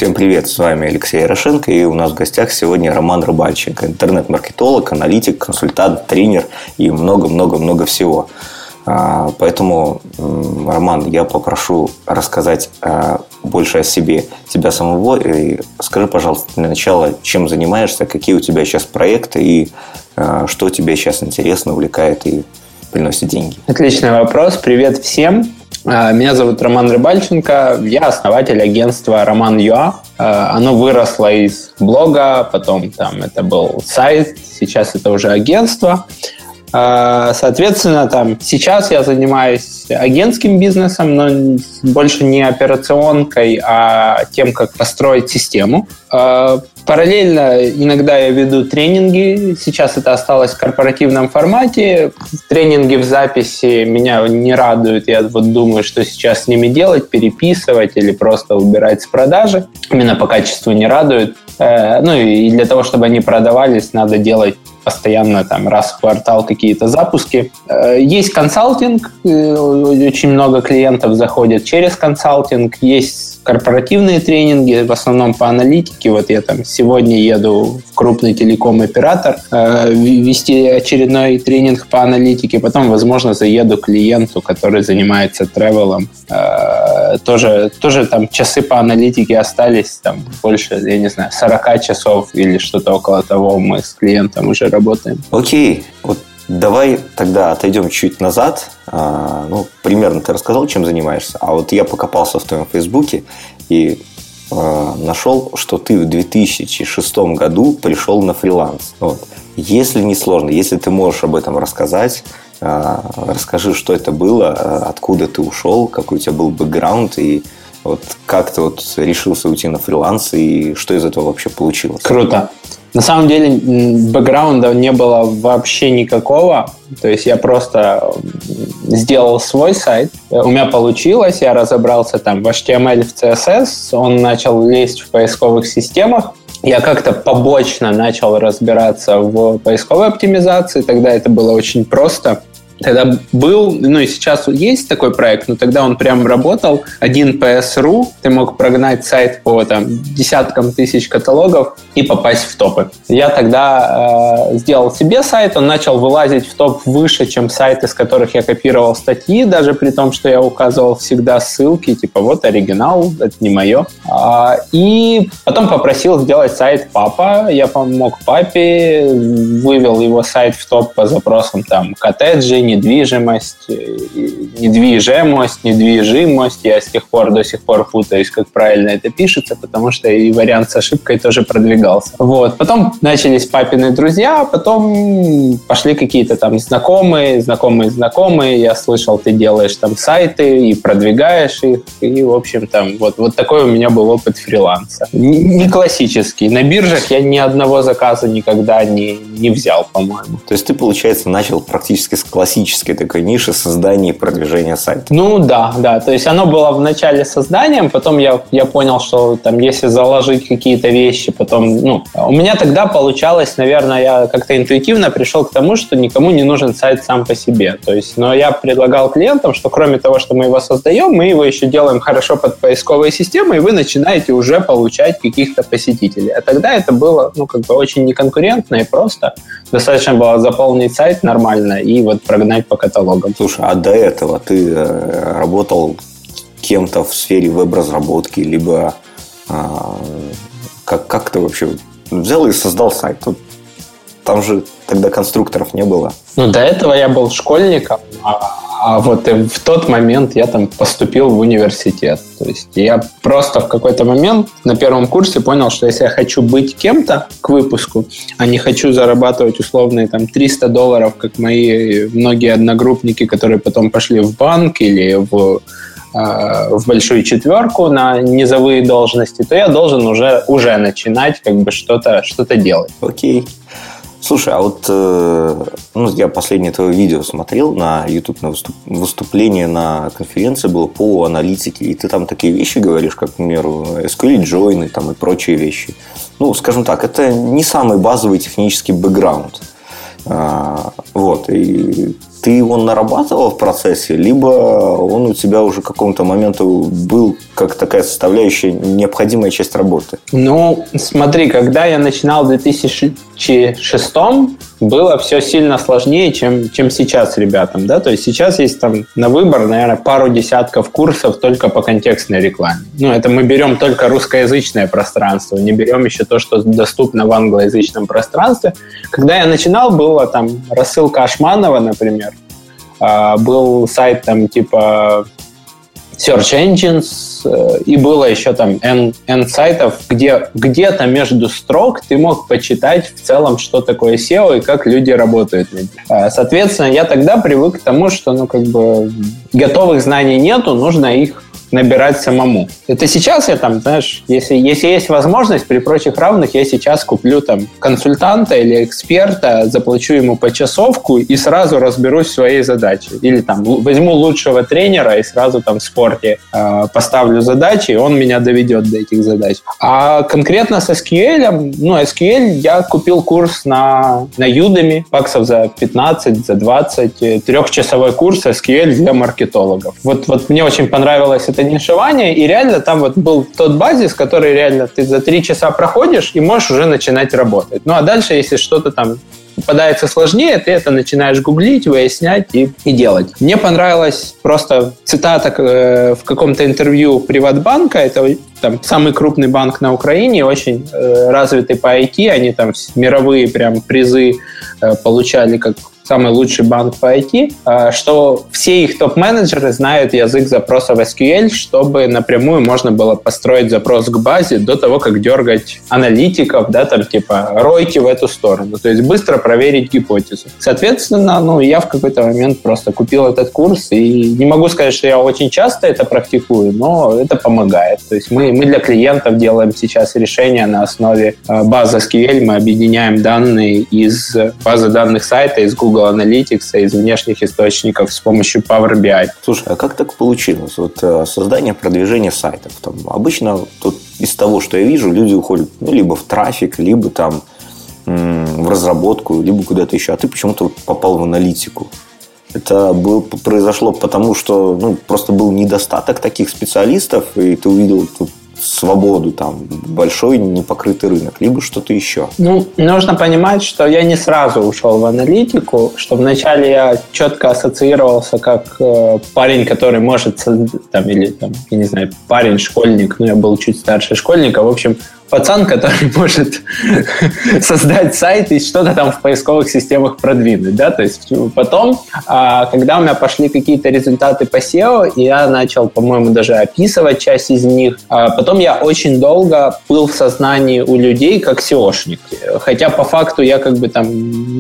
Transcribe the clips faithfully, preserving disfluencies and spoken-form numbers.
Всем привет, с вами Алексей Ярошенко, и у нас в гостях сегодня Роман Рыбальченко, интернет-маркетолог, аналитик, консультант, тренер и много-много-много всего. Поэтому, Роман, я попрошу рассказать больше о себе, тебя самого. И скажи, пожалуйста, для начала, чем занимаешься, какие у тебя сейчас проекты и что тебе сейчас интересно, увлекает и приносит деньги. Отличный вопрос. Привет всем. Меня зовут Роман Рыбальченко. Я основатель агентства Роман.ua. Оно выросло из блога, потом там это был сайт, сейчас это уже агентство. Соответственно, там сейчас я занимаюсь агентским бизнесом, но больше не операционкой, а тем, как построить систему. Параллельно иногда я веду тренинги. Сейчас это осталось в корпоративном формате. Тренинги в записи меня не радуют. Я вот думаю, что сейчас с ними делать, переписывать или просто убирать с продажи. Именно по качеству не радуют. Ну и для того, чтобы они продавались, надо делать постоянно там, раз в квартал какие-то запуски. Есть консалтинг, очень много клиентов заходят через консалтинг, есть корпоративные тренинги, в основном по аналитике. Вот я там сегодня еду в крупный телеком-оператор вести очередной тренинг по аналитике, потом, возможно, заеду к клиенту, который занимается тревелом. Тоже, тоже там часы по аналитике остались, там больше, я не знаю, сорок часов или что-то около того мы с клиентом уже работаем. Окей, вот давай тогда отойдем чуть назад. А, ну, примерно ты рассказал, чем занимаешься. А вот я покопался в твоем Фейсбуке и а, нашел, что ты в две тысячи шестом году пришел на фриланс. Вот. Если не сложно, если ты можешь об этом рассказать, а, расскажи, что это было, откуда ты ушел, какой у тебя был бэкграунд и вот как ты вот решился уйти на фриланс и что из этого вообще получилось? Круто. На самом деле бэкграунда не было вообще никакого. То есть я просто сделал свой сайт. У меня получилось, я разобрался там в эйч ти эм эль, в си эс эс. Он начал лезть в поисковых системах. Я как-то побочно начал разбираться в поисковой оптимизации. Тогда это было очень просто. Тогда был, ну и сейчас есть такой проект, но тогда он прям работал. один пи эс точка ру, ты мог прогнать сайт по там, десяткам тысяч каталогов и попасть в топы. Я тогда э, сделал себе сайт, он начал вылазить в топ выше, чем сайты, с которых я копировал статьи, даже при том, что я указывал всегда ссылки, типа вот оригинал, это не мое. А, и потом попросил сделать сайт папа, я помог папе, вывел его сайт в топ по запросам там коттеджи, недвижимость, недвижимость, недвижимость. Я с тех пор до сих пор путаюсь, как правильно это пишется, потому что и вариант с ошибкой тоже продвигался. Вот. Потом начались папины друзья, потом пошли какие-то там знакомые, знакомые, знакомые. Я слышал, ты делаешь там сайты и продвигаешь их. И, в общем, там вот, вот такой у меня был опыт фриланса. Не классический. На биржах я ни одного заказа никогда не, не взял, по-моему. То есть ты, получается, начал практически с классической такой ниши создания и продвижения сайта. Ну да, да. То есть оно было в начале созданием, потом я, я понял, что там если заложить какие-то вещи, потом, ну, у меня тогда получалось, наверное, я как-то интуитивно пришел к тому, что никому не нужен сайт сам по себе. То есть, но я предлагал клиентам, что кроме того, что мы его создаем, мы его еще делаем хорошо под поисковые системы, и вы начинаете уже получать каких-то посетителей. А тогда это было, ну, как бы очень неконкурентно и просто. Достаточно было заполнить сайт нормально и вот прогнать по каталогам. Слушай, а до этого ты э, работал кем-то в сфере веб-разработки, либо э, как, как ты вообще взял и создал сайт? Тут, там же тогда конструкторов не было. Ну, до этого я был школьником, а, а вот в тот момент я там поступил в университет. То есть я просто в какой-то момент на первом курсе понял, что если я хочу быть кем-то к выпуску, а не хочу зарабатывать условные там триста долларов, как мои многие одногруппники, которые потом пошли в банк или в, э, в большую четверку на низовые должности, то я должен уже, уже начинать как бы что-то, что-то делать. Окей. Слушай, а вот э, ну, я последнее твое видео смотрел на YouTube, на выступ, выступление на конференции было по аналитике, и ты там такие вещи говоришь, как, к примеру, эс кью эль джойны там, и прочие вещи. Ну, скажем так, это не самый базовый технический бэкграунд. А, вот, и ты его нарабатывал в процессе, либо он у тебя уже к какому-то моменту был как такая составляющая, необходимая часть работы? Ну, смотри, когда я начинал в две тысячи шестом, было все сильно сложнее, чем, чем сейчас ребятам, да, то есть сейчас есть там на выбор, наверное, пару десятков курсов только по контекстной рекламе. Ну, это мы берем только русскоязычное пространство, не берем еще то, что доступно в англоязычном пространстве. Когда я начинал, было там рассылка Ашманова, например, был сайт там типа Search Engines, и было еще там N, N сайтов, где где-то между строк ты мог почитать в целом, что такое сео и как люди работают. Соответственно, я тогда привык к тому, что ну, как бы готовых знаний нету, нужно их набирать самому. Это сейчас я там, знаешь, если, если есть возможность, при прочих равных, я сейчас куплю там консультанта или эксперта, заплачу ему почасовку и сразу разберусь в своей задаче. Или там возьму лучшего тренера и сразу там в спорте э, поставлю задачи, и он меня доведет до этих задач. А конкретно с эс кью эль, ну, эс кью эль я купил курс на, на Udemy, баксов за пятнадцать, за двадцать, трехчасовой курс эс кью эль для маркетологов. Вот, вот мне очень понравилось это нишевание, и реально там вот был тот базис, который реально ты за три часа проходишь и можешь уже начинать работать. Ну а дальше, если что-то там попадается сложнее, ты это начинаешь гуглить, выяснять и, и делать. Мне понравилась просто цитата э, в каком-то интервью Приватбанка, это там самый крупный банк на Украине, очень э, развитый по ай ти, они там мировые прям призы э, получали как самый лучший банк по ай ти, что все их топ-менеджеры знают язык запросов эс кью эль, чтобы напрямую можно было построить запрос к базе до того, как дергать аналитиков, да, там типа ройки в эту сторону, то есть быстро проверить гипотезу. Соответственно, ну, я в какой-то момент просто купил этот курс, и не могу сказать, что я очень часто это практикую, но это помогает. То есть мы, мы для клиентов делаем сейчас решения на основе базы эс кью эль, мы объединяем данные из базы данных сайта, из Google Google Analytics, из внешних источников с помощью Power би ай. Слушай, а как так получилось? Вот создание, продвижение сайтов. Там, обычно тут из того, что я вижу, люди уходят ну, либо в трафик, либо там м- в разработку, либо куда-то еще. А ты почему-то попал в аналитику. Это был, произошло потому, что ну, просто был недостаток таких специалистов, и ты увидел тут свободу, там, большой непокрытый рынок, либо что-то еще? Ну, нужно понимать, что я не сразу ушел в аналитику, что вначале я четко ассоциировался как э, парень, который может, там, или, там, я не знаю, парень-школьник, ну, я был чуть старше школьника, в общем, пацан, который может создать сайт и что-то там в поисковых системах продвинуть, да, то есть потом, когда у меня пошли какие-то результаты по сео, я начал, по-моему, даже описывать часть из них, потом я очень долго был в сознании у людей как сеошник, хотя по факту я как бы там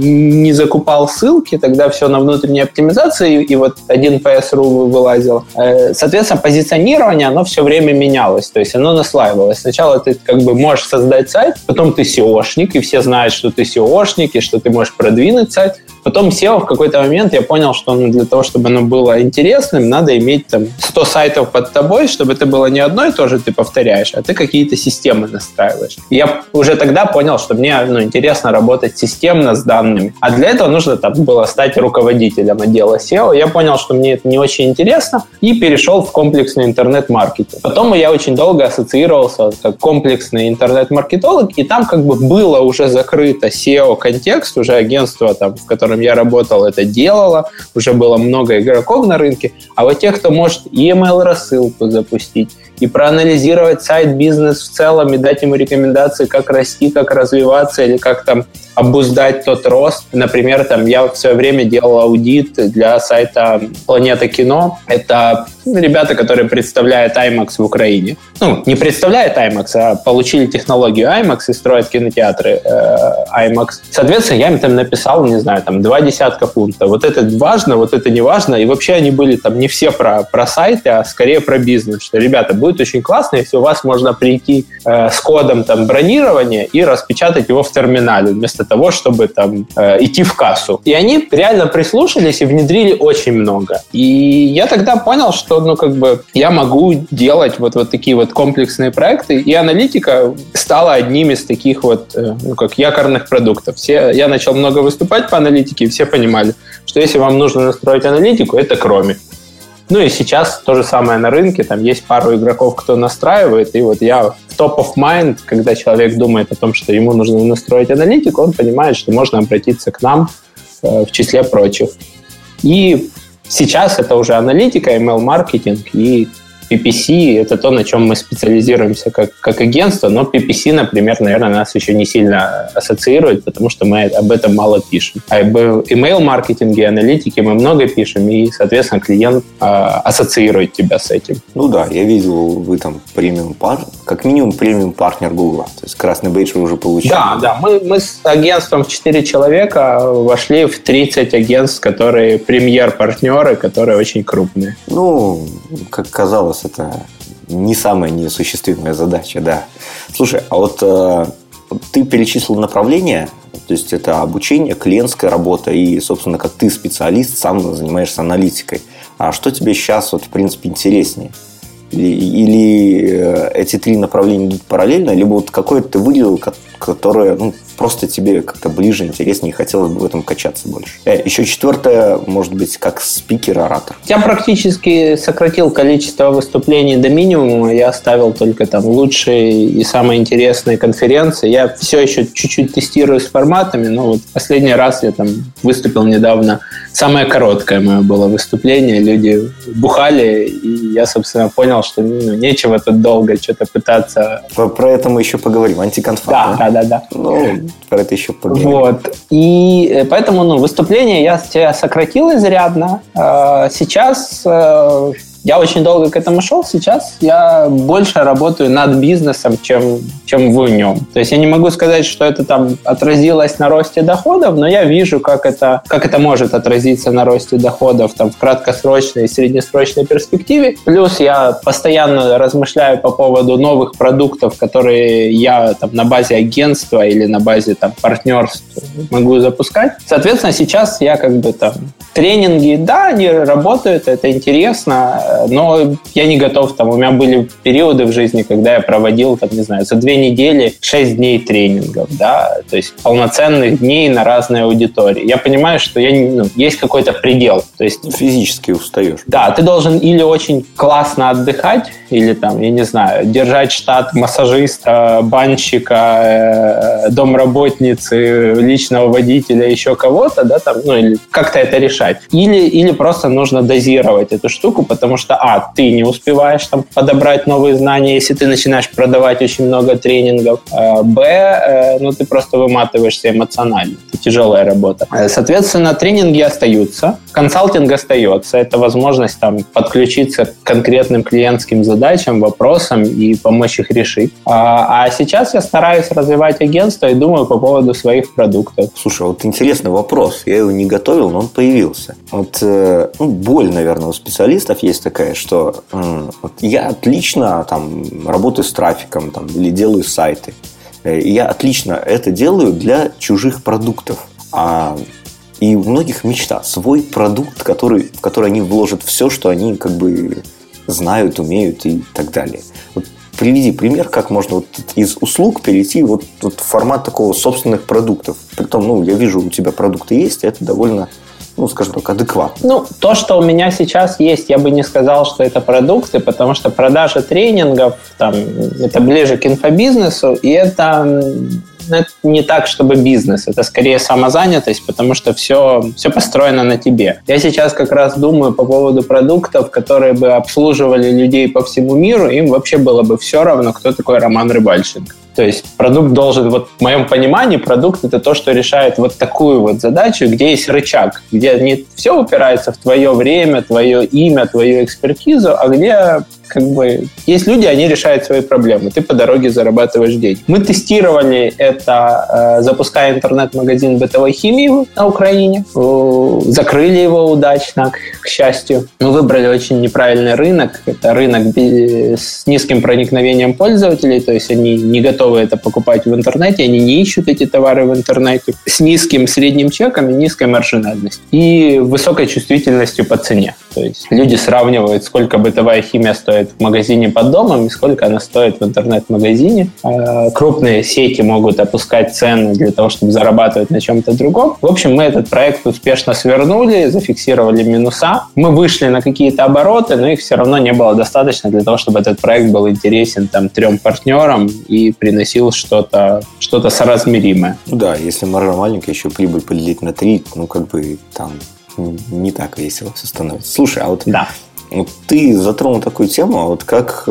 не закупал ссылки, тогда все на внутренней оптимизации, и вот один пи эс точка ру вылазил. Соответственно, позиционирование, оно все время менялось, то есть оно наслаивалось. Сначала ты как бы можешь создать сайт, потом ты сеошник, и все знают, что ты сеошник, и что ты можешь продвинуть сайт. Потом сео в какой-то момент я понял, что ну, для того, чтобы оно было интересным, надо иметь там сто сайтов под тобой, чтобы это было не одно и то же ты повторяешь, а ты какие-то системы настраиваешь. И я уже тогда понял, что мне ну, интересно работать системно с данными. А для этого нужно там было стать руководителем отдела сео. Я понял, что мне это не очень интересно, и перешел в комплексный интернет-маркетинг. Потом я очень долго ассоциировался как комплексный интернет-маркетолог, и там как бы было уже закрыто сео-контекст, уже агентство, там, в котором я работал, это делало, уже было много игроков на рынке, а вот тех, кто может и эм эйл-рассылку запустить, и проанализировать сайт-бизнес в целом, и дать ему рекомендации, как расти, как развиваться, или как там обуздать тот рост. Например, там я в свое время делал аудит для сайта «Планета кино». Это ребята, которые представляют IMAX в Украине. Ну, не представляют IMAX, а получили технологию IMAX и строят кинотеатры э, IMAX. Соответственно, я им там написал, не знаю, там два десятка пунктов. Вот это важно, вот это не важно. И вообще они были там не все про, про сайты, а скорее про бизнес. Что, ребята, будет очень классно, если у вас можно прийти э, с кодом там бронирования и распечатать его в терминале вместо того, чтобы там э, идти в кассу. И они реально прислушались и внедрили очень много. И я тогда понял, что ну, как бы я могу делать вот, вот такие вот комплексные проекты, и аналитика стала одним из таких вот, э, ну, как якорных продуктов. Все, я начал много выступать по аналитике, и все понимали, что если вам нужно настроить аналитику, это Chrome. Ну и сейчас то же самое на рынке, там есть пару игроков, кто настраивает, и вот я в top of mind, когда человек думает о том, что ему нужно настроить аналитику, он понимает, что можно обратиться к нам э, в числе прочих. И сейчас это уже аналитика, email-маркетинг и пи пи си – это то, на чем мы специализируемся как, как агентство, но пи пи си, например, наверное, нас еще не сильно ассоциирует, потому что мы об этом мало пишем. А об email-маркетинге, аналитике мы много пишем, и, соответственно, клиент а, ассоциирует тебя с этим. Ну да, я видел, вы там премиум партнер, как минимум премиум партнер Google, то есть красный бейдж вы уже получили. Да, да, мы, мы с агентством в четыре человека вошли в тридцать агентств, которые премьер-партнеры, которые очень крупные. Ну, как казалось, это не самая неосуществимая задача, да. Слушай, а вот э, ты перечислил направления, то есть это обучение, клиентская работа и, собственно, как ты специалист, сам занимаешься аналитикой. А что тебе сейчас, вот, в принципе, интереснее? Или, или эти три направления идут параллельно, либо вот какое-то ты выделил, которое, ну, просто тебе как-то ближе, интереснее, и хотелось бы в этом качаться больше. Э, еще четвертое, может быть, как спикер-оратор. Я практически сократил количество выступлений до минимума. Я оставил только там лучшие и самые интересные конференции. Я все еще чуть-чуть тестирую с форматами, но вот последний раз я там выступил недавно. Самое короткое мое было выступление. Люди бухали, и я, собственно, понял, что ну, нечего тут долго что-то пытаться. Про, про это мы еще поговорим. Антиконфа. Да, да, да, да. Ну, про это еще поговорим. Вот. И поэтому, ну, выступление я, я сократил изрядно. Сейчас я очень долго к этому шел. Сейчас я больше работаю над бизнесом, чем, чем в нем. То есть я не могу сказать, что это там отразилось на росте доходов, но я вижу, как это, как это может отразиться на росте доходов там, в краткосрочной и среднесрочной перспективе. Плюс я постоянно размышляю по поводу новых продуктов, которые я там, на базе агентства или на базе там, партнерств могу запускать. Соответственно, сейчас я как бы там тренинги, да, они работают, это интересно, но я не готов. Там, у меня были периоды в жизни, когда я проводил, там, не знаю, за две недели шесть дней тренингов, да, то есть полноценных дней на разные аудитории. Я понимаю, что я, ну, есть какой-то предел. То есть, физически устаешь. Да, ты должен или очень классно отдыхать, или там, я не знаю, держать штат массажиста, банщика, домработницы, личного водителя, еще кого-то, да, там, ну, или как-то это решать. Или, или просто нужно дозировать эту штуку, потому что, а, ты не успеваешь там подобрать новые знания, если ты начинаешь продавать очень много тренингов, а, б, э, ну, ты просто выматываешься эмоционально. Это тяжелая работа. Соответственно, тренинги остаются, консалтинг остается. Это возможность там подключиться к конкретным клиентским задачам, вопросам и помочь их решить. А, а сейчас я стараюсь развивать агентство и думаю по поводу своих продуктов. Слушай, вот интересный вопрос. Я его не готовил, но он появился. Вот, э, ну, боль, наверное, у специалистов есть такая, что э, вот я отлично там, работаю с трафиком там, или делаю сайты. Э, я отлично это делаю для чужих продуктов. А, и у многих мечта. Свой продукт, который, в который они вложат все, что они как бы знают, умеют и так далее. Вот приведи пример, как можно вот из услуг перейти вот, вот в формат такого собственных продуктов. Притом, ну, я вижу, у тебя продукты есть, это довольно, ну, скажем так, адекватно. Ну, то, что у меня сейчас есть, я бы не сказал, что это продукты, потому что продажа тренингов, там, это ближе к инфобизнесу, и это... это не так, чтобы бизнес. Это скорее самозанятость, потому что все, все построено на тебе. Я сейчас как раз думаю по поводу продуктов, которые бы обслуживали людей по всему миру. Им вообще было бы все равно, кто такой Роман Рыбальченко. То есть продукт должен, вот в моем понимании, продукт – это то, что решает вот такую вот задачу, где есть рычаг, где не все упирается в твое время, твое имя, твою экспертизу, а где как бы есть люди, они решают свои проблемы, ты по дороге зарабатываешь деньги. Мы тестировали это, запуская интернет-магазин бытовой химии на Украине, закрыли его удачно, к счастью. Мы выбрали очень неправильный рынок, это рынок с низким проникновением пользователей, то есть они не готовы это покупать в интернете, они не ищут эти товары в интернете, с низким средним чеком и низкой маржинальностью и высокой чувствительностью по цене. То есть люди сравнивают, сколько бытовая химия стоит в магазине под домом и сколько она стоит в интернет-магазине. Крупные сети могут опускать цены для того, чтобы зарабатывать на чем-то другом. В общем, мы этот проект успешно свернули, зафиксировали минуса. Мы вышли на какие-то обороты, но их все равно не было достаточно для того, чтобы этот проект был интересен там, трем партнерам и приносил что-то, что-то соразмеримое. Да, если маржа маленькая, еще прибыль поделить на три, ну, как бы там не так весело все становится. Слушай, а вот, да. вот ты затронул такую тему, вот как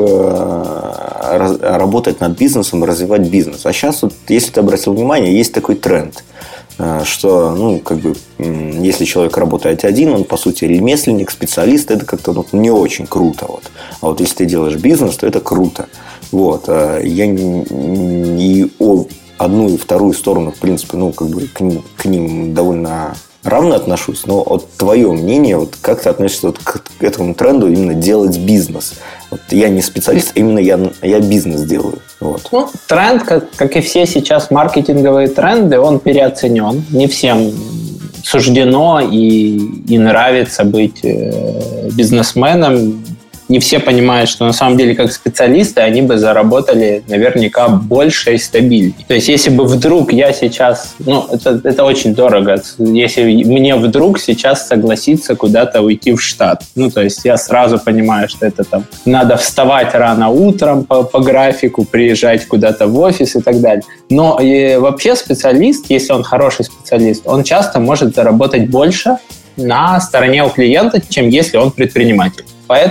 э, раз, работать над бизнесом, развивать бизнес. А сейчас, вот, если ты обратил внимание, есть такой тренд, э, что, ну, как бы, э, если человек работает один, он, по сути, ремесленник, специалист, это как-то ну, не очень круто. Вот. А вот если ты делаешь бизнес, то это круто. Вот. Я не, не о одну и вторую сторону, в принципе, ну, как бы к ним, к ним довольно равно отношусь, но вот твое мнение, вот как ты относишься вот к этому тренду именно делать бизнес? Вот я не специалист, именно я, я бизнес делаю. Вот. Ну, тренд, как, как и все сейчас маркетинговые тренды, он переоценен. Не всем суждено и, и нравится быть э, бизнесменом. Не все понимают, что на самом деле как специалисты они бы заработали наверняка больше и стабильнее. То есть если бы вдруг я сейчас... Ну, это, это очень дорого. Если мне вдруг сейчас согласиться куда-то уйти в Штат. Ну, то есть я сразу понимаю, что это там... Надо вставать рано утром по, по графику, приезжать куда-то в офис и так далее. Но и вообще специалист, если он хороший специалист, он часто может заработать больше на стороне у клиента, чем если он предприниматель.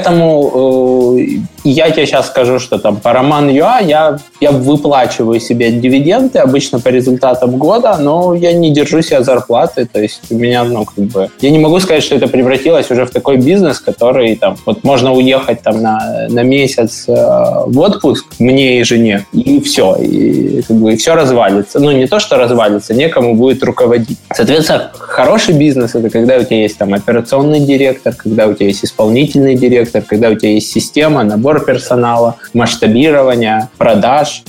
Поэтому э, я тебе сейчас скажу, что там по Роман.ua я, я выплачиваю себе дивиденды обычно по результатам года, но я не держу себе зарплаты. То есть у меня, ну, как бы... Я не могу сказать, что это превратилось уже в такой бизнес, который там... Вот можно уехать там на, на месяц э, в отпуск мне и жене, и все. И, как бы, и все развалится. Ну, не то, что развалится, некому будет руководить. Соответственно, хороший бизнес — это когда у тебя есть там операционный директор, когда у тебя есть исполнительный директор, директор, когда у тебя есть система, набор персонала, масштабирование, продаж.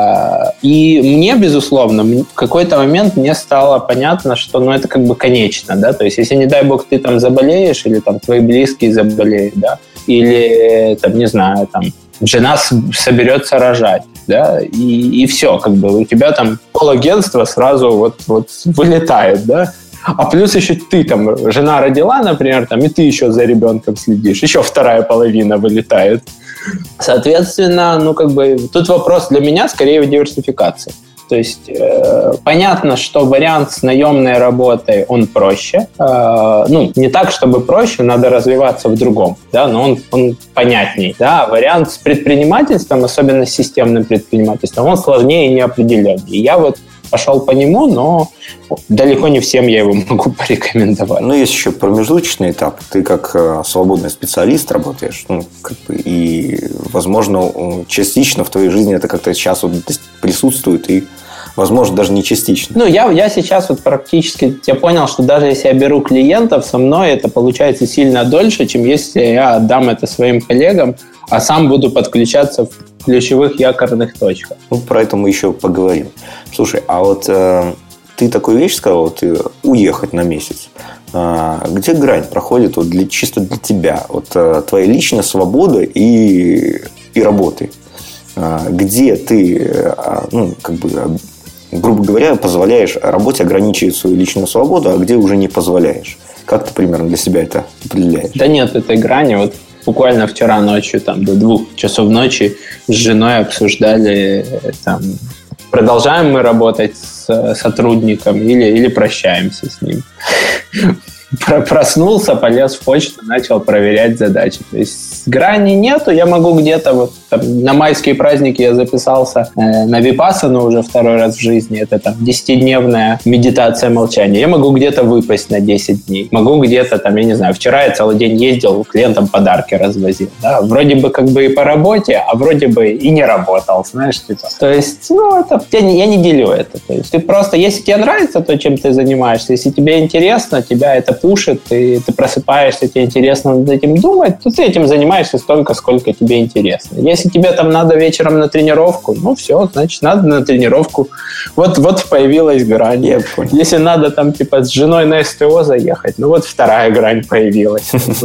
И мне, безусловно, в какой-то момент мне стало понятно, что ну, это как бы конечно, да, то есть если, не дай бог, ты там заболеешь или там твои близкие заболеют, да, или там, не знаю, там жена соберется рожать, да, и, и все, как бы у тебя там полагентство сразу вот, вот вылетает, да. А плюс еще ты там, жена родила, например, там, и ты еще за ребенком следишь. Еще вторая половина вылетает. Соответственно, ну, как бы, тут вопрос для меня скорее в диверсификации. То есть э, понятно, что вариант с наемной работой, он проще. Э, ну, не так, чтобы проще, надо развиваться в другом, да, но он, он понятней. Да. Вариант с предпринимательством, особенно с системным предпринимательством, он сложнее и неопределеннее. Я вот пошел по нему, но далеко не всем я его могу порекомендовать. Ну, есть еще промежуточный этап. Ты как э, свободный специалист работаешь, ну, как бы, и, возможно, частично в твоей жизни это как-то сейчас вот присутствует, и, возможно, даже не частично. Ну, я, я сейчас вот практически я понял, что даже если я беру клиентов, со мной это получается сильно дольше, чем если я отдам это своим коллегам, а сам буду подключаться в ключевых якорных точках. Ну, про это мы еще поговорим. Слушай, а вот э, ты такую вещь сказал, вот, уехать на месяц. Э, где грань проходит вот, для, чисто для тебя? Вот э, твоя личная свобода и, и работы. Э, где ты, э, ну, как бы, грубо говоря, позволяешь работе ограничивать свою личную свободу, а где уже не позволяешь? Как ты примерно для себя это определяешь? Да нет этой грани. Вот буквально вчера ночью, там, до двух часов ночи с женой обсуждали, там, продолжаем мы работать с сотрудником или, или прощаемся с ним. Проснулся, полез в почту, начал проверять задачи. То есть грани нету, я могу где-то вот там, на майские праздники я записался э, на випассану уже второй раз в жизни. Это там десятидневная медитация молчания. Я могу где-то выпасть на десять дней. Могу где-то там, я не знаю, вчера я целый день ездил, клиентам подарки развозил. Да? Вроде бы как бы и по работе, а вроде бы и не работал, знаешь, типа. То есть, ну, это, я, не, я не делю это. То есть ты просто, если тебе нравится то, чем ты занимаешься, если тебе интересно, тебя это пушит, и ты просыпаешься, тебе интересно над этим думать, то ты этим занимаешься столько, сколько тебе интересно. Если если тебе там надо вечером на тренировку, ну все, значит, надо на тренировку. Вот, вот появилась грань. Я понял. Если надо там типа с женой на СТО заехать, ну вот вторая грань появилась.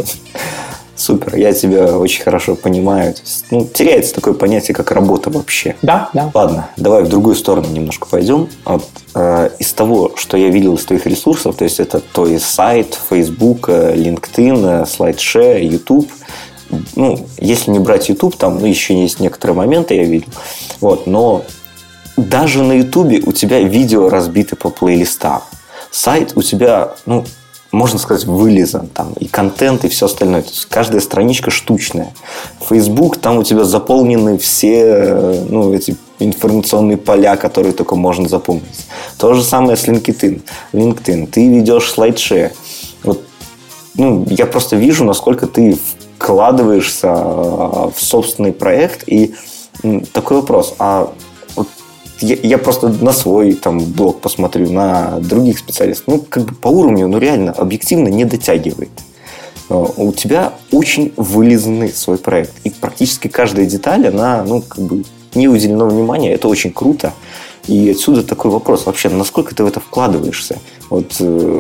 Супер, я тебя очень хорошо понимаю. Ну, теряется такое понятие, как работа вообще. Да, да. Ладно, давай в другую сторону немножко пойдем. Вот, э, из того, что я видел из твоих ресурсов, то есть это то есть сайт, Facebook, LinkedIn, SlideShare, YouTube. Ну, если не брать YouTube, там ну, еще есть некоторые моменты, я видел. Вот, но даже на YouTube у тебя видео разбиты по плейлистам. Сайт у тебя, ну, можно сказать, вылизан. Там и контент, и все остальное. То есть каждая страничка штучная. Facebook, там у тебя заполнены все ну, эти информационные поля, которые только можно запомнить. То же самое с LinkedIn. LinkedIn. Ты ведешь SlideShare. Вот, ну, я просто вижу, насколько ты вкладываешься в собственный проект. И такой вопрос. А Я, я просто на свой там, блог посмотрю, на других специалистов. Ну, как бы по уровню, ну, реально, объективно не дотягивает. У тебя очень вылизанный свой проект. И практически каждая деталь, она, ну, как бы не уделено внимания. Это очень круто. И отсюда такой вопрос. Вообще, насколько ты в это вкладываешься? Вот э,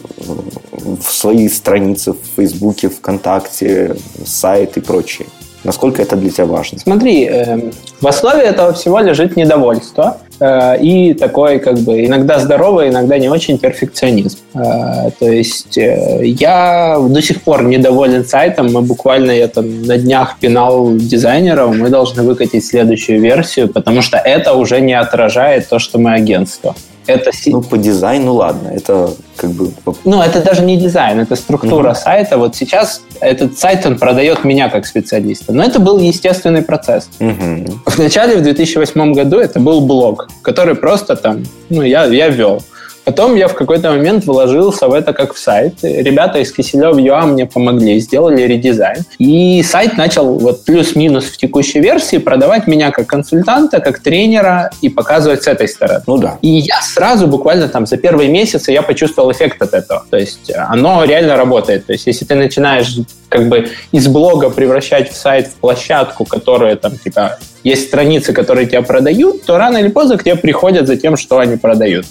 в свои страницы в Фейсбуке, ВКонтакте, сайт и прочее. Насколько это для тебя важно? Смотри, э, в основе этого всего лежит недовольство э, и такой, как бы, иногда здоровый, иногда не очень перфекционизм. Э, то есть э, я до сих пор недоволен сайтом. Мы буквально, я там на днях пинал дизайнеров, мы должны выкатить следующую версию, потому что это уже не отражает то, что мы агентство. Это... Ну, по дизайну, ладно, это как бы... Ну, это даже не дизайн, это структура mm-hmm. сайта. Вот сейчас этот сайт, он продает меня как специалиста. Но это был естественный процесс. Mm-hmm. Вначале, в две тысячи восьмом году, это был блог, который просто там, ну, я, я вел. Потом я в какой-то момент вложился в это как в сайт. Ребята из Киселев ю а мне помогли, сделали редизайн. И сайт начал вот плюс-минус в текущей версии продавать меня как консультанта, как тренера и показывать с этой стороны. Ну да. И я сразу буквально там за первые месяцы я почувствовал эффект от этого. То есть оно реально работает. То есть если ты начинаешь как бы из блога превращать в сайт в площадку, которая там типа есть страницы, которые тебя продают, то рано или поздно к тебе приходят за тем, что они продают.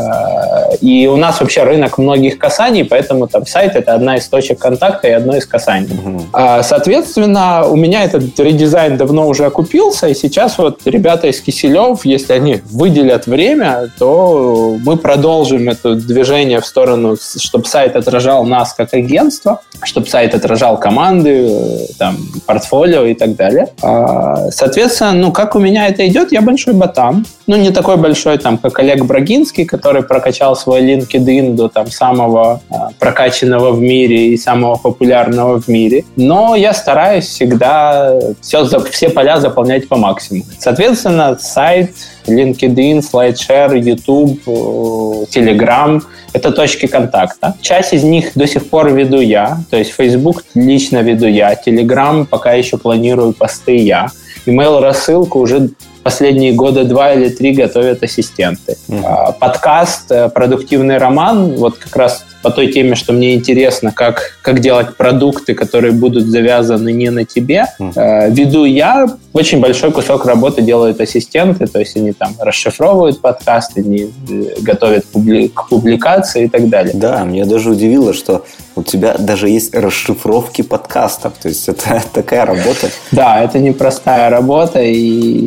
И у нас вообще рынок многих касаний, поэтому там сайт — это одна из точек контакта и одно из касаний. Uh-huh. Соответственно, у меня этот редизайн давно уже окупился, и сейчас вот ребята из Киселев, если они выделят время, то мы продолжим это движение в сторону, чтобы сайт отражал нас как агентство, чтобы сайт отражал команды, там, портфолио и так далее. Соответственно, ну, как у меня это идет, я большой ботан. Ну, не такой большой, там, как Олег Брагинский, который прокачал свой LinkedIn до там, самого а, прокачанного в мире и самого популярного в мире. Но я стараюсь всегда все, все поля заполнять по максимуму. Соответственно, сайт, LinkedIn, SlideShare, YouTube, Telegram — это точки контакта. Часть из них до сих пор веду я, то есть Facebook лично веду я, Telegram пока еще планирую посты я. Email-рассылку уже последние года два или три готовят ассистенты. Mm-hmm. Подкаст «Продуктивный роман», вот как раз по той теме, что мне интересно, как, как делать продукты, которые будут завязаны не на тебе, mm-hmm. веду я. Очень большой кусок работы делают ассистенты, то есть они там расшифровывают подкасты, они готовят публи- к публикации и так далее. Да, меня даже удивило, что у тебя даже есть расшифровки подкастов, то есть это такая работа. Да, это непростая работа, и,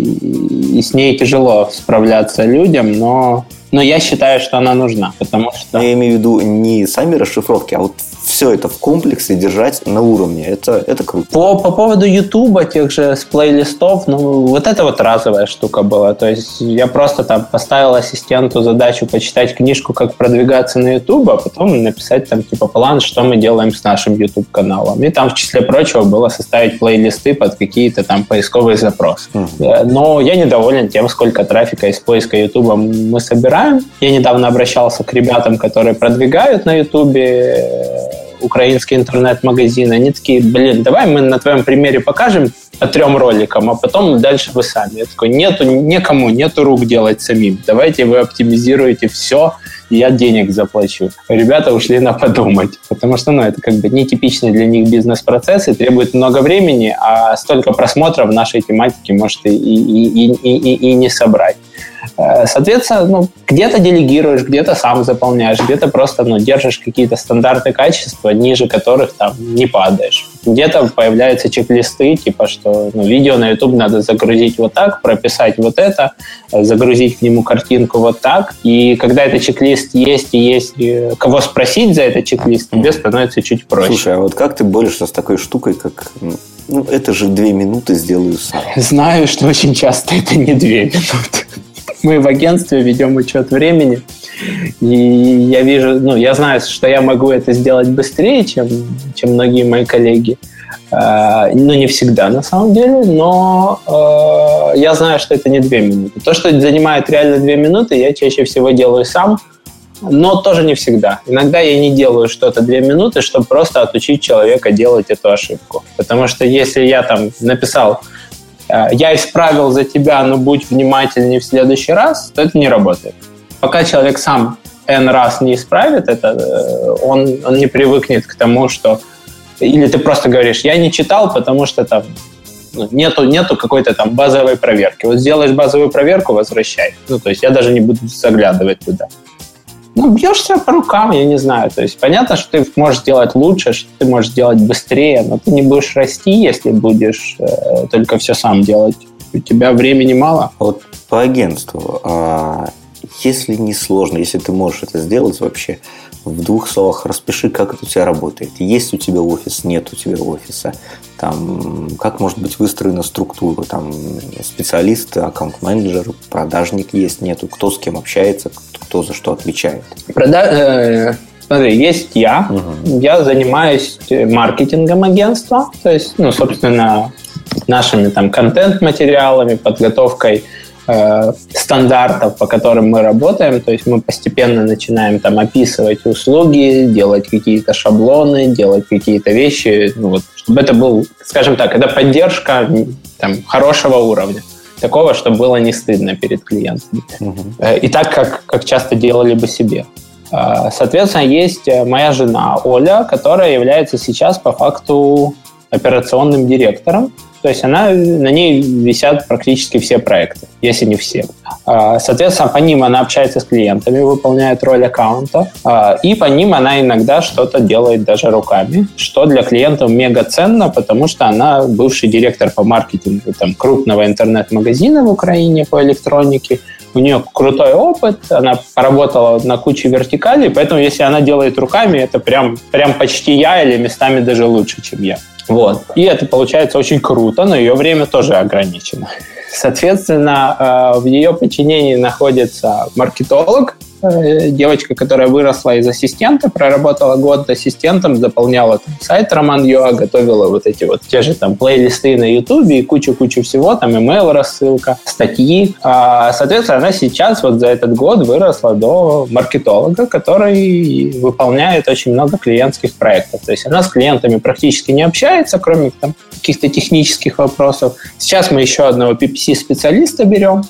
и с ней тяжело справляться людям, но, но я считаю, что она нужна, потому что... Я имею в виду не сами расшифровки, а вот все это в комплексе держать на уровне. Это, это круто. По, по поводу Ютуба, тех же с плейлистов, ну, вот это вот разовая штука была. То есть я просто там поставил ассистенту задачу почитать книжку, как продвигаться на Ютуб, а потом написать там типа план, что мы делаем с нашим Ютуб-каналом. И там, в числе прочего, было составить плейлисты под какие-то там поисковые запросы. Mm-hmm. Но я недоволен тем, сколько трафика из поиска Ютуба мы собираем. Я недавно обращался к ребятам, которые продвигают на Ютубе украинский интернет-магазин. Они такие: блин, давай мы на твоем примере покажем по трем роликам, а потом дальше вы сами. Я такой: нету, некому, нету рук делать самим. Давайте вы оптимизируете все я денег заплачу. Ребята ушли на подумать, потому что, ну, это как бы нетипичный для них бизнес-процесс и требует много времени, а столько просмотров в нашей тематике может и, и, и, и, и, и не собрать. Соответственно, ну, где-то делегируешь, где-то сам заполняешь, где-то просто ну, держишь какие-то стандарты качества, ниже которых там не падаешь. Где-то появляются чек-листы, типа, что ну, видео на YouTube надо загрузить вот так, прописать вот это, загрузить к нему картинку вот так. И когда этот чек-лист есть и есть кого спросить за этот чек-лист, тебе становится чуть проще. Слушай, а вот как ты борешься с такой штукой, как... Ну, это же две минуты сделаю сам. Знаю, что очень часто это не две минуты. Мы в агентстве ведем учет времени, и я вижу, ну, я знаю, что я могу это сделать быстрее, чем, чем многие мои коллеги. Uh, ну, не всегда, на самом деле, но uh, я знаю, что это не две минуты. То, что занимает реально две минуты, я чаще всего делаю сам, но тоже не всегда. Иногда я не делаю что-то две минуты, чтобы просто отучить человека делать эту ошибку. Потому что если я там написал «я исправил за тебя, но будь внимательнее в следующий раз», то это не работает. Пока человек сам N раз не исправит это, он, он не привыкнет к тому, что... Или ты просто говоришь «я не читал, потому что там ну, нету, нету какой-то там базовой проверки». Вот сделаешь базовую проверку, возвращай. Ну, то есть я даже не буду заглядывать туда. Ну, бьешь себя по рукам, я не знаю. То есть понятно, что ты можешь делать лучше, что ты можешь делать быстрее, но ты не будешь расти, если будешь э, только все сам делать. У тебя времени мало. Вот по агентству, а если не сложно, если ты можешь это сделать вообще, в двух словах распиши, как это у тебя работает. Есть у тебя офис, нет у тебя офиса. Там, как может быть выстроена структура. Там специалист, аккаунт-менеджер, продажник есть, нету. Кто с кем общается, кто за что отвечает. Прода... Смотри, есть я. Угу. Я занимаюсь маркетингом агентства. То есть, ну, собственно, нашими там контент-материалами, подготовкой стандартов, по которым мы работаем, то есть мы постепенно начинаем там описывать услуги, делать какие-то шаблоны, делать какие-то вещи, ну, вот, чтобы это был, скажем так, это поддержка там, хорошего уровня, такого, чтобы было не стыдно перед клиентами. Uh-huh. И так, как, как часто делали бы себе. Соответственно, есть моя жена Оля, которая является сейчас по факту операционным директором. То есть она, на ней висят практически все проекты, если не все. Соответственно, по ним она общается с клиентами, выполняет роль аккаунта, и по ним она иногда что-то делает даже руками, что для клиентов мега ценно, потому что она бывший директор по маркетингу там, крупного интернет-магазина в Украине по электронике. У нее крутой опыт, она поработала на куче вертикалей, поэтому если она делает руками, это прям, прям почти я или местами даже лучше, чем я. Вот. И это получается очень круто, но ее время тоже ограничено. Соответственно, в ее подчинении находится маркетолог, девочка, которая выросла из ассистента, проработала год ассистентом, заполняла там, сайт Роман точка ю а, готовила вот эти вот те же там плейлисты на Ютубе и кучу-кучу всего, там email рассылка, статьи. Соответственно, она сейчас вот за этот год выросла до маркетолога, который выполняет очень много клиентских проектов. То есть она с клиентами практически не общается, кроме там, каких-то технических вопросов. Сейчас мы еще одного пи пи си-специалиста берем,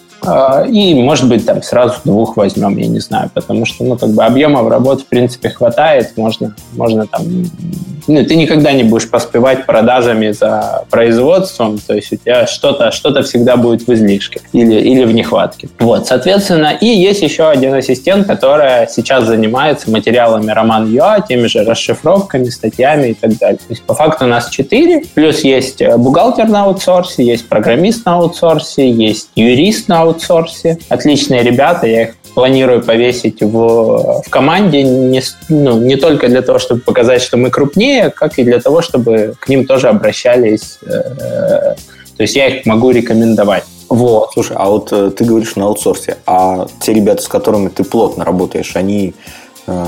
и, может быть, там сразу двух возьмем, я не знаю, потому что, ну, как бы объемов работы, в принципе, хватает, можно, можно там... Ну, ты никогда не будешь поспевать продажами за производством, то есть у тебя что-то, что-то всегда будет в излишке или, или в нехватке. Вот, соответственно, и есть еще один ассистент, который сейчас занимается материалами Роман точка ю а, теми же расшифровками, статьями и так далее. То есть, по факту у нас четыре, плюс есть бухгалтер на аутсорсе, есть программист на аутсорсе, есть юрист на аутсорсе. Отличные ребята, я их планирую повесить в, в команде не, ну, не только для того, чтобы показать, что мы крупнее, как и для того, чтобы к ним тоже обращались. Э, э, то есть я их могу рекомендовать. Вот. Слушай, а вот э, ты говоришь на аутсорсе, а те ребята, с которыми ты плотно работаешь, они э,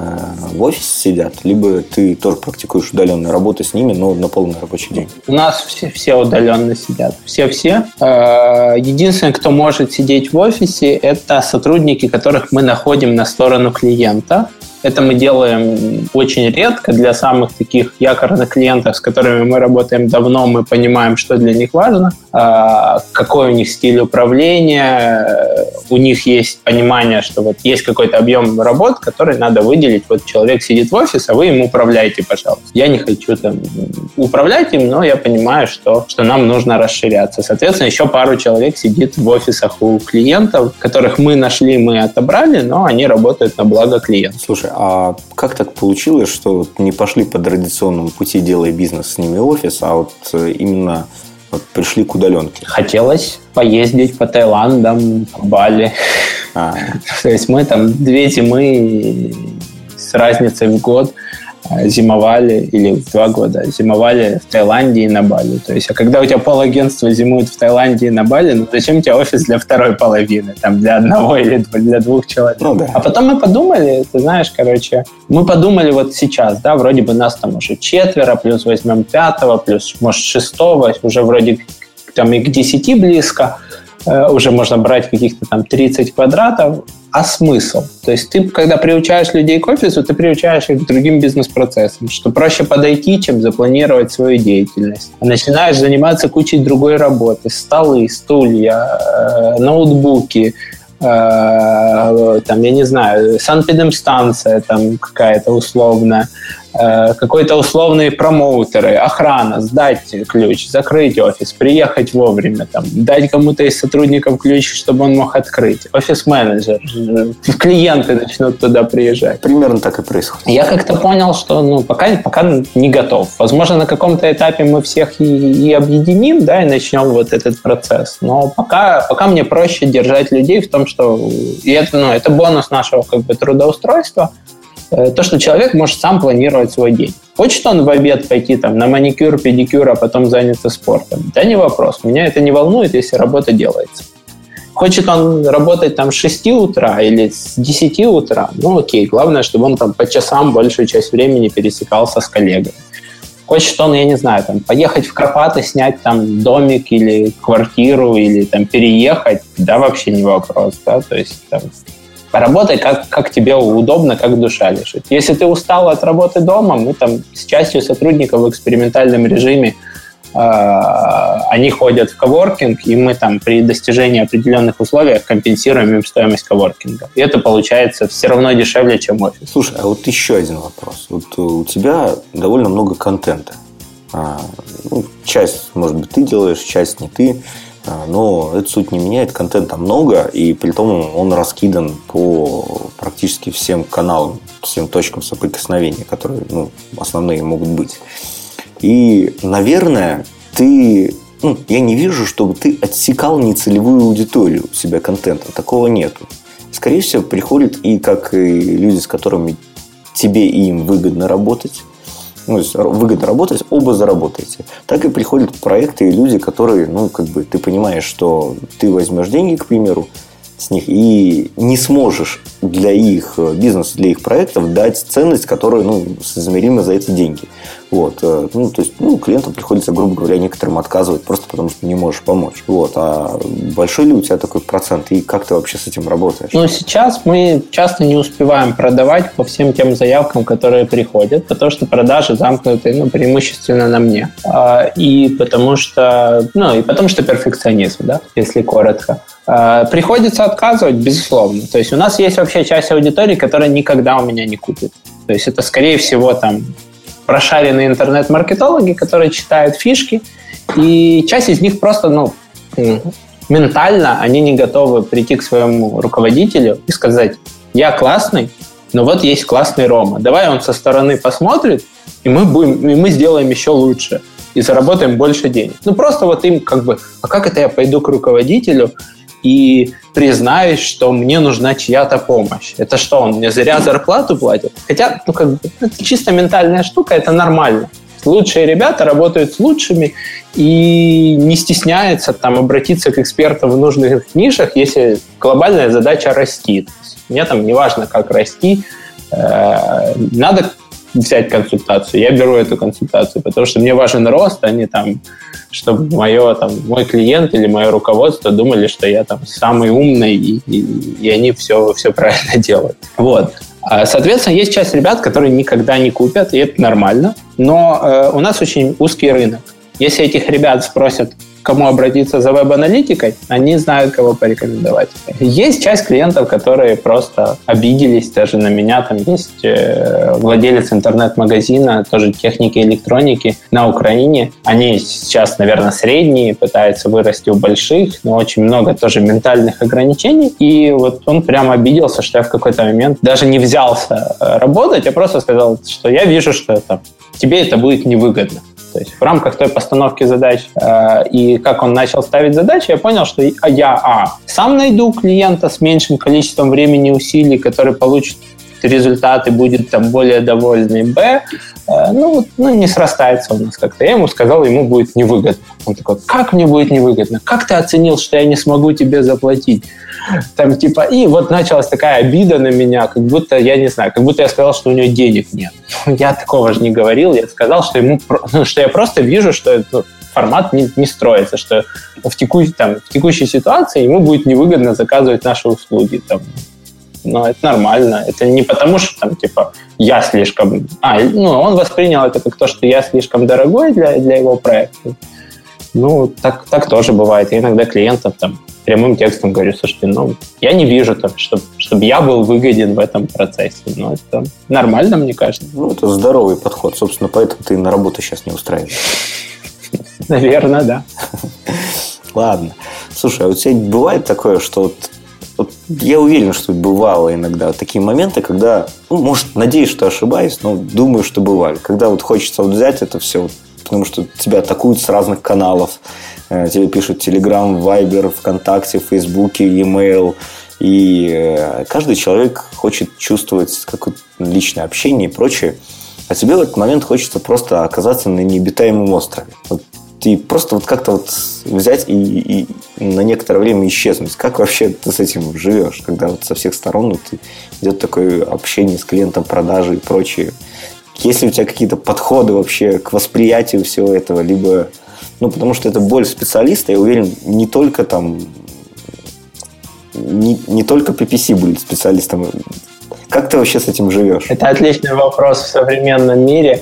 в офисе сидят, либо ты тоже практикуешь удаленную работу с ними, но на полный рабочий день? У нас все, все удаленно сидят. Все-все. Единственное, кто может сидеть в офисе, это сотрудники, которых мы находим на сторону клиента. Это мы делаем очень редко для самых таких якорных клиентов, с которыми мы работаем давно, мы понимаем, что для них важно, какой у них стиль управления, у них есть понимание, что вот есть какой-то объем работ, который надо выделить. Вот человек сидит в офисе, а вы им управляете, пожалуйста. Я не хочу там управлять им, но я понимаю, что, что нам нужно расширяться. Соответственно, еще пару человек сидит в офисах у клиентов, которых мы нашли, мы отобрали, но они работают на благо клиента. Слушай, а как так получилось, что не пошли по традиционному пути, делая бизнес с ними офис, а вот именно вот пришли к удаленке? Хотелось поездить по Таиландам, по Бали. А. То есть мы там две зимы с разницей в год зимовали, или в два года зимовали в Таиланде и на Бали. То есть, а когда у тебя полагентства зимует в Таиланде и на Бали, ну зачем тебе офис для второй половины, там, для одного или для двух человек? Ну, да. А потом мы подумали, ты знаешь, короче, мы подумали вот сейчас, да, вроде бы нас там уже четверо, плюс возьмем пятого, плюс, может, шестого, уже вроде там и к десяти близко, э, уже можно брать каких-то там тридцать квадратов. А смысл? То есть ты, когда приучаешь людей к офису, ты приучаешь их к другим бизнес-процессам, что проще подойти, чем запланировать свою деятельность. Начинаешь заниматься кучей другой работы. Столы, стулья, э, ноутбуки, э, там, я не знаю, санэпидемстанция там какая-то условная, э, какой-то условные промоутеры, охрана, сдать ключ, закрыть офис, приехать вовремя, там, дать кому-то из сотрудников ключ, чтобы он мог открыть. Офис-менеджер, клиенты начнут туда приезжать. Примерно так и происходит. Я как-то понял, что ну, пока, пока не готов. Возможно, на каком-то этапе мы всех и, и объединим, да, и начнем вот этот процесс. Но пока, пока мне проще держать людей в том, что и это, ну, это бонус нашего как бы, трудоустройства, то, что человек может сам планировать свой день. Хочет он в обед пойти там, на маникюр, педикюр, а потом заняться спортом? Да не вопрос. Меня это не волнует, если работа делается. Хочет он работать там с шести утра или с десяти утра? Ну окей, главное, чтобы он там по часам большую часть времени пересекался с коллегами. Хочет он, я не знаю, там, поехать в Карпаты, снять там домик или квартиру, или там переехать? Да, вообще не вопрос. Да? То есть там, работай, как, как тебе удобно, как душа лежит. Если ты устал от работы дома, мы там с частью сотрудников в экспериментальном режиме э, они ходят в коворкинг, и мы там при достижении определенных условий компенсируем им стоимость коворкинга. И это получается все равно дешевле, чем офис. Слушай, а вот еще один вопрос. Вот у тебя довольно много контента. А, ну, часть, может быть, ты делаешь, часть не ты. Но это суть не меняет, контента много, и при том он раскидан по практически всем каналам, всем точкам соприкосновения, которые ну, основные могут быть. И, наверное, ты... Ну, я не вижу, чтобы ты отсекал нецелевую аудиторию у себя контентом. Такого нету. Скорее всего, приходят и как и люди, с которыми тебе и им выгодно работать, ну, выгодно работать, оба заработаете. Так и приходят проекты и люди, которые, ну, как бы, ты понимаешь, что ты возьмешь деньги, к примеру, с них и не сможешь для их бизнеса, для их проектов дать ценность, которая, ну, соизмерима за эти деньги. Вот. Ну, то есть, ну, клиентам приходится, грубо говоря, некоторым отказывать просто потому, что не можешь помочь. Вот. А большой ли у тебя такой процент? И как ты вообще с этим работаешь? Ну, сейчас мы часто не успеваем продавать по всем тем заявкам, которые приходят, потому что продажи замкнуты, ну, преимущественно на мне. И потому что, ну, и потому что перфекционизм, да, если коротко. Приходится отказывать, безусловно. То есть у нас есть вообще часть аудитории, которая никогда у меня не купит. То есть это, скорее всего, там прошаренные интернет-маркетологи, которые читают фишки, и часть из них просто, ну, ментально они не готовы прийти к своему руководителю и сказать: я классный, но вот есть классный Рома. Давай он со стороны посмотрит, и мы будем, и мы сделаем еще лучше. И заработаем больше денег. Ну, просто вот им как бы, а как это я пойду к руководителю и признаюсь, что мне нужна чья-то помощь? Это что, он мне зря зарплату платит? Хотя, ну, как бы, это чисто ментальная штука, это нормально. Лучшие ребята работают с лучшими и не стесняются там обратиться к экспертам в нужных нишах, если глобальная задача расти. Мне там не важно, как расти, надо взять консультацию, я беру эту консультацию, потому что мне важен рост, а не там, чтобы мое, там, мой клиент или мое руководство думали, что я там самый умный, и, и, и они все, все правильно делают. Вот. Соответственно, есть часть ребят, которые никогда не купят, и это нормально. Но э, у нас очень узкий рынок. Если этих ребят спросят, к кому обратиться за веб-аналитикой, они знают, кого порекомендовать. Есть часть клиентов, которые просто обиделись даже на меня. Там есть э, владелец интернет-магазина, тоже техники и электроники на Украине. Они сейчас, наверное, средние, пытаются вырасти у больших, но очень много тоже ментальных ограничений. И вот он прямо обиделся, что я в какой-то момент даже не взялся работать, я просто сказал, что я вижу, что это, тебе это будет невыгодно. То есть в рамках той постановки задач э, и как он начал ставить задачи, я понял, что я, а, сам найду клиента с меньшим количеством времени и усилий, который получит результат и будет там более довольный, б, э, ну, ну, не срастается у нас как-то. Я ему сказал, ему будет невыгодно. Он такой, как мне будет невыгодно? Как ты оценил, что я не смогу тебе заплатить? Там типа, и вот началась такая обида на меня, как будто, я не знаю, как будто я сказал, что у него денег нет. Я такого же не говорил, я сказал, что ему, ну, что я просто вижу, что этот формат не, не строится, что в, теку, там, в текущей ситуации ему будет невыгодно заказывать наши услуги. Там. Но это нормально. Это не потому, что там, типа, я слишком... А, ну, он воспринял это как то, что я слишком дорогой для, для его проекта. Ну, так, так тоже бывает. Я иногда клиентам там прямым текстом говорю, слушайте, ну, я не вижу, там, чтобы, чтобы я был выгоден в этом процессе. Ну, это нормально, мне кажется. Ну, это здоровый подход. Собственно, поэтому ты на работу сейчас не устраиваешь. Наверное, да. Ладно. Слушай, а у тебя бывает такое, что вот, вот я уверен, что бывало иногда вот такие моменты, когда, ну, может, надеюсь, что ошибаюсь, но думаю, что бывали. Когда вот хочется вот взять это все, вот, потому что тебя атакуют с разных каналов, э, тебе пишут Telegram, Viber, ВКонтакте, в Фейсбуке, e-mail, и э, каждый человек хочет чувствовать какое-то личное общение и прочее, а тебе в этот момент хочется просто оказаться на необитаемом острове. Вот, и просто вот как-то вот взять и, и на некоторое время исчезнуть. Как вообще ты с этим живешь, когда вот со всех сторон вот идет такое общение с клиентом, продажи и прочее? Есть ли у тебя какие-то подходы вообще к восприятию всего этого? Либо, ну, потому что это боль специалиста, я уверен, не только там, не, не только пи пи си будет специалистом. Как ты вообще с этим живешь? Это отличный вопрос в современном мире.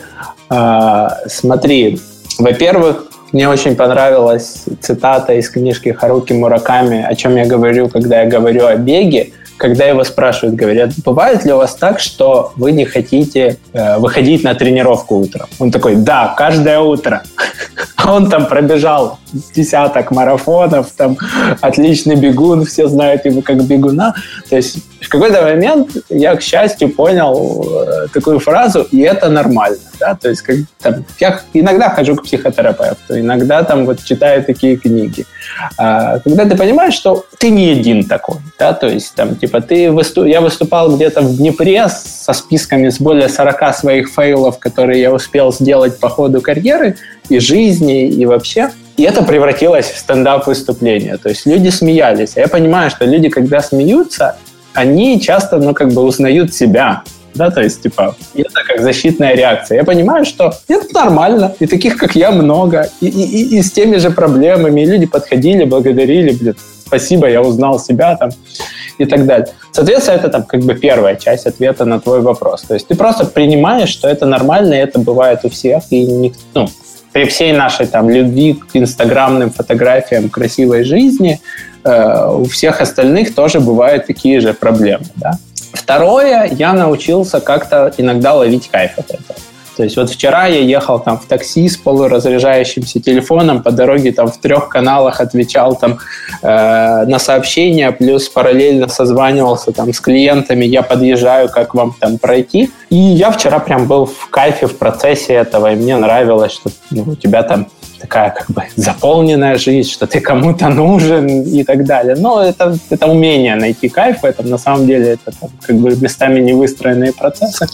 А, смотри, во-первых, мне очень понравилась цитата из книжки Харуки Мураками, о чем я говорю, когда я говорю о беге. Когда его спрашивают, говорят, бывает ли у вас так, что вы не хотите э, выходить на тренировку утром? Он такой, да, каждое утро. А он там пробежал десяток марафонов, там отличный бегун, все знают его как бегуна. То есть в какой-то момент я, к счастью, понял э, такую фразу, и это нормально. Да? То есть как, там, я иногда хожу к психотерапевту, иногда там вот читаю такие книги. А, когда ты понимаешь, что ты не один такой, да? То есть там типа ты выступ... я выступал где-то в Днепре со списками с более сорока своих фейлов, которые я успел сделать по ходу карьеры и жизни, и вообще. И это превратилось в стендап-выступление. То есть люди смеялись. А я понимаю, что люди, когда смеются, они часто, ну, как бы узнают себя. Да, то есть, типа, это как защитная реакция. Я понимаю, что это нормально, и таких, как я, много, и, и, и с теми же проблемами. И люди подходили, благодарили, блин, спасибо, я узнал себя, там, и так далее. Соответственно, это там как бы первая часть ответа на твой вопрос. То есть ты просто принимаешь, что это нормально, и это бывает у всех, и никто, ну, при всей нашей там любви к инстаграмным фотографиям красивой жизни, э, у всех остальных тоже бывают такие же проблемы, да. Второе, я научился как-то иногда ловить кайф от этого. То есть вот вчера я ехал там в такси с полуразряжающимся телефоном, по дороге там в трех каналах отвечал там э, на сообщения, плюс параллельно созванивался там с клиентами, я подъезжаю, как вам там пройти. И я вчера прям был в кайфе в процессе этого, и мне нравилось, что ну, у тебя там такая как бы заполненная жизнь, что ты кому-то нужен и так далее. Но это, это умение найти кайф в этом. На самом деле это там, как бы местами невыстроенные процессы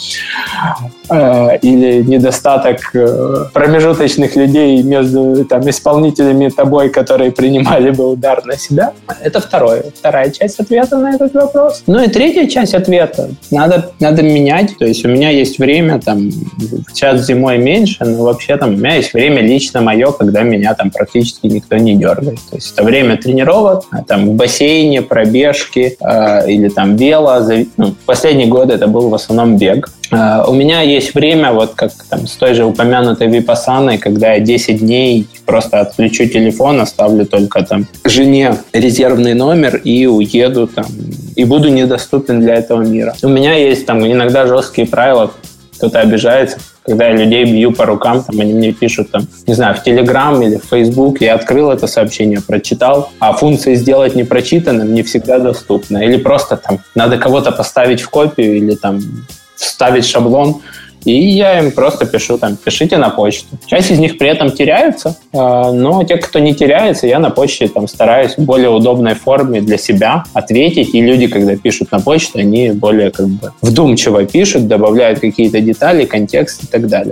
э, или недостаток э, промежуточных людей между там, исполнителями тобой, которые принимали бы удар на себя. Это второе, вторая часть ответа на этот вопрос. Ну и третья часть ответа. Надо, надо менять. То есть у меня есть время, там, сейчас зимой меньше, но вообще там у меня есть время лично мое, когда меня там практически никто не дергает. То есть это время тренировок, там в бассейне, пробежки э, или там вело. Ну, последние годы это был в основном бег. Э, у меня есть время, вот как там с той же упомянутой випассаной, когда я десять дней просто отключу телефон, оставлю только там жене резервный номер и уеду там, и буду недоступен для этого мира. У меня есть там иногда жесткие правила, кто-то обижается, когда я людей бью по рукам, там, они мне пишут, там, не знаю, в Telegram или в Facebook, я открыл это сообщение, прочитал, а функции «сделать непрочитанным» не всегда доступны. Или просто там надо кого-то поставить в копию или там вставить шаблон, и я им просто пишу, там, пишите на почту. Часть из них при этом теряются, но те, кто не теряется, я на почте там стараюсь в более удобной форме для себя ответить, и люди, когда пишут на почту, они более как бы вдумчиво пишут, добавляют какие-то детали, контекст и так далее.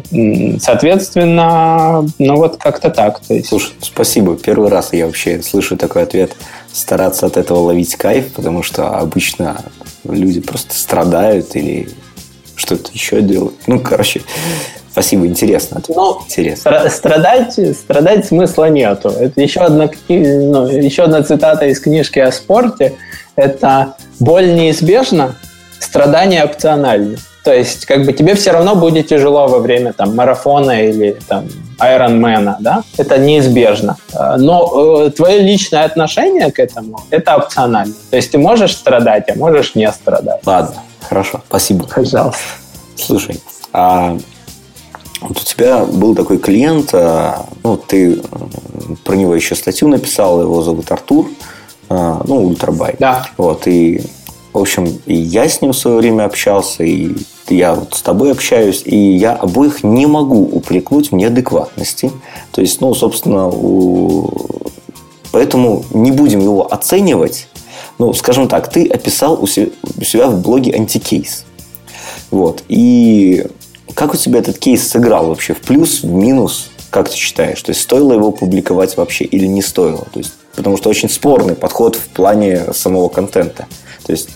Соответственно, ну вот как-то так. То есть... Слушай, спасибо. Первый раз я вообще слышу такой ответ. Стараться от этого ловить кайф, потому что обычно люди просто страдают или... что-то еще делать. Ну, короче, спасибо, интересно. Ну, интересно. Страдать, страдать смысла нету. Это еще одна, ну, еще одна цитата из книжки о спорте. Это «боль неизбежна, страдания опциональны». То есть, как бы тебе все равно будет тяжело во время там, марафона или там, Айронмена, да? Это неизбежно. Но э, твое личное отношение к этому – это опционально. То есть ты можешь страдать, а можешь не страдать. Ладно. Хорошо, спасибо. Пожалуйста. Слушай, а вот у тебя был такой клиент, ну, ты про него еще статью написал, его зовут Артур, ну, Ультрабайк. Да. Вот, и, в общем, и я с ним в свое время общался, и я вот с тобой общаюсь, и я обоих не могу упрекнуть в неадекватности. То есть, ну, собственно, у... поэтому не будем его оценивать. Ну, скажем так, ты описал у себя в блоге антикейс. Вот. И как у тебя этот кейс сыграл вообще? В плюс, в минус? Как ты считаешь? То есть, стоило его публиковать вообще или не стоило? То есть, потому что очень спорный подход в плане самого контента. То есть,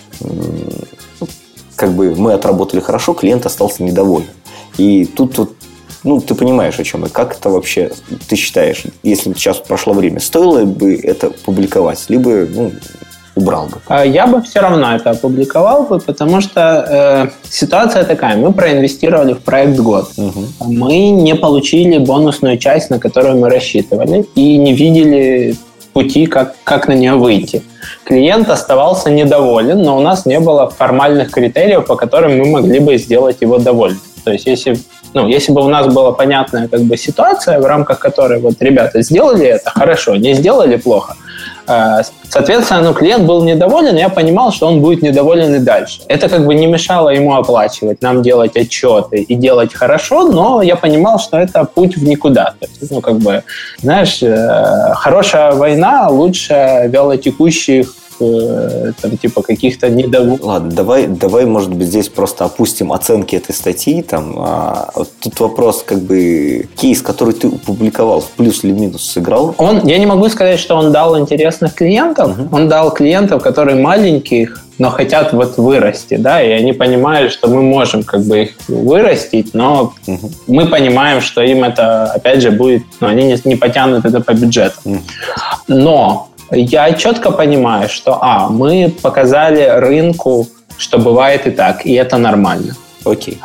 как бы мы отработали хорошо, клиент остался недоволен. И тут вот, ну, ты понимаешь, о чем я. Как это вообще, ты считаешь, если сейчас прошло время, стоило бы это публиковать? Либо, ну, убрал бы? Я бы все равно это опубликовал бы, потому что э, ситуация такая. Мы проинвестировали в проект год. Угу. Мы не получили бонусную часть, на которую мы рассчитывали, и не видели пути, как, как на нее выйти. Клиент оставался недоволен, но у нас не было формальных критериев, по которым мы могли бы сделать его довольным. То есть, если, ну, если бы у нас была понятная как бы, ситуация, в рамках которой вот, ребята сделали это хорошо, не сделали плохо, соответственно, ну, клиент был недоволен, и я понимал, что он будет недоволен и дальше. Это как бы не мешало ему оплачивать, нам делать отчеты и делать хорошо, но я понимал, что это путь в никуда. То есть, ну, как бы, знаешь, хорошая война лучше вялотекущих там, типа каких-то недовольных. Ладно, давай, давай, может быть, здесь просто опустим оценки этой статьи. Там, а, вот тут вопрос, как бы, кейс, который ты опубликовал, в плюс или минус сыграл? Он, я не могу сказать, что он дал интересных клиентов. Uh-huh. Он дал клиентов, которые маленьких, но хотят вот вырасти, да, и они понимают, что мы можем как бы их вырастить, но uh-huh. мы понимаем, что им это, опять же, будет, ну, они не, не потянут это по бюджету. Uh-huh. Но я четко понимаю, что а, мы показали рынку, что бывает и так, и это нормально. Окей.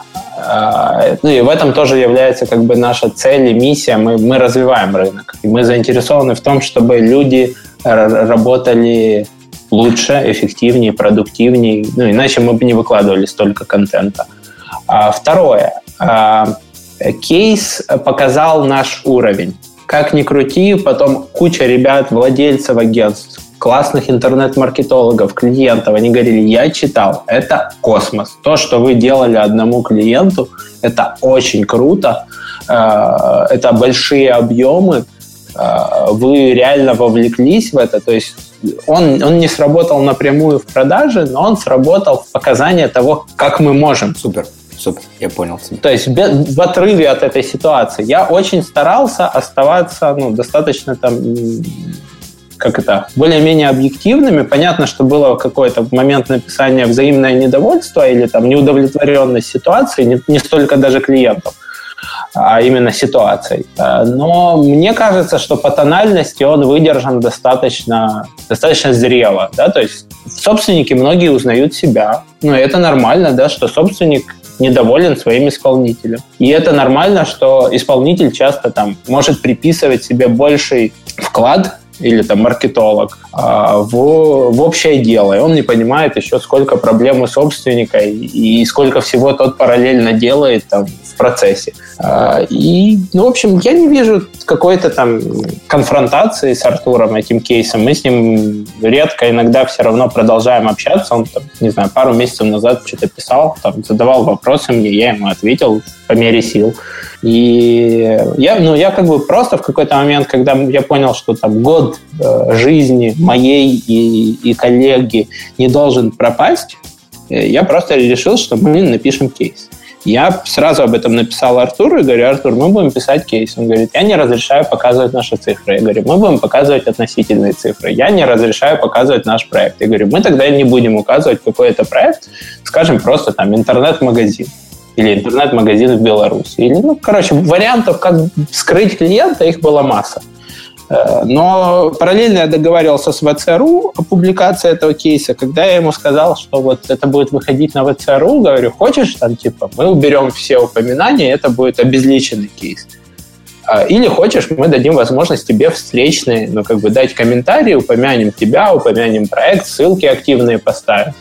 А, ну и в этом тоже является как бы наша цель и миссия. Мы, мы развиваем рынок. И мы заинтересованы в том, чтобы люди р- работали лучше, эффективнее, продуктивнее. Ну, иначе мы бы не выкладывали столько контента. А, второе. А, кейс показал наш уровень. Как ни крути, потом куча ребят, владельцев агентств, классных интернет-маркетологов, клиентов, они говорили, я читал, это космос. То, что вы делали одному клиенту, это очень круто, это большие объемы, вы реально вовлеклись в это, то есть он, он не сработал напрямую в продаже, но он сработал в показании того, как мы можем. Супер. Супер, я понял тебя. То есть в отрыве от этой ситуации я очень старался оставаться ну, достаточно там, как это, более-менее объективными. Понятно, что было какой-то момент написания взаимное недовольство или там неудовлетворенность ситуации, не, не столько даже клиентов. а именно ситуацией. Но мне кажется, что по тональности он выдержан достаточно, достаточно зрело. Да? То есть собственники многие узнают себя. Ну, это нормально, да, что собственник недоволен своим исполнителем. И это нормально, что исполнитель часто там может приписывать себе больший вклад или там маркетолог а, в, в общее дело. И он не понимает еще, сколько проблем у собственника и, и сколько всего тот параллельно делает там в процессе. А, и, ну, в общем, я не вижу какой-то там конфронтации с Артуром, этим кейсом. Мы с ним редко, иногда все равно продолжаем общаться. Он, там, не знаю, пару месяцев назад что-то писал, там, задавал вопросы мне, я ему ответил по мере сил. И я, ну, я как бы просто в какой-то момент, когда я понял, что там год э, жизни моей и, и коллеги не должен пропасть, я просто решил, что мы напишем кейс. Я сразу об этом написал Артуру и говорю: Артур, мы будем писать кейс. Он говорит: я не разрешаю показывать наши цифры. Я говорю: мы будем показывать относительные цифры. Я не разрешаю показывать наш проект. Я говорю: мы тогда не будем указывать, какой это проект, скажем, просто там интернет-магазин. Или интернет-магазин в Беларуси. Или, ну, короче, вариантов, как скрыть клиента, их была масса. Но параллельно я договаривался с вэ цэ эр у о публикации этого кейса. Когда я ему сказал, что вот это будет выходить на вэ цэ эр у, говорю: хочешь, там, типа, мы уберем все упоминания, это будет обезличенный кейс. Или хочешь, мы дадим возможность тебе встречные, ну, как бы дать комментарии, упомянем тебя, упомянем проект, ссылки активные поставим.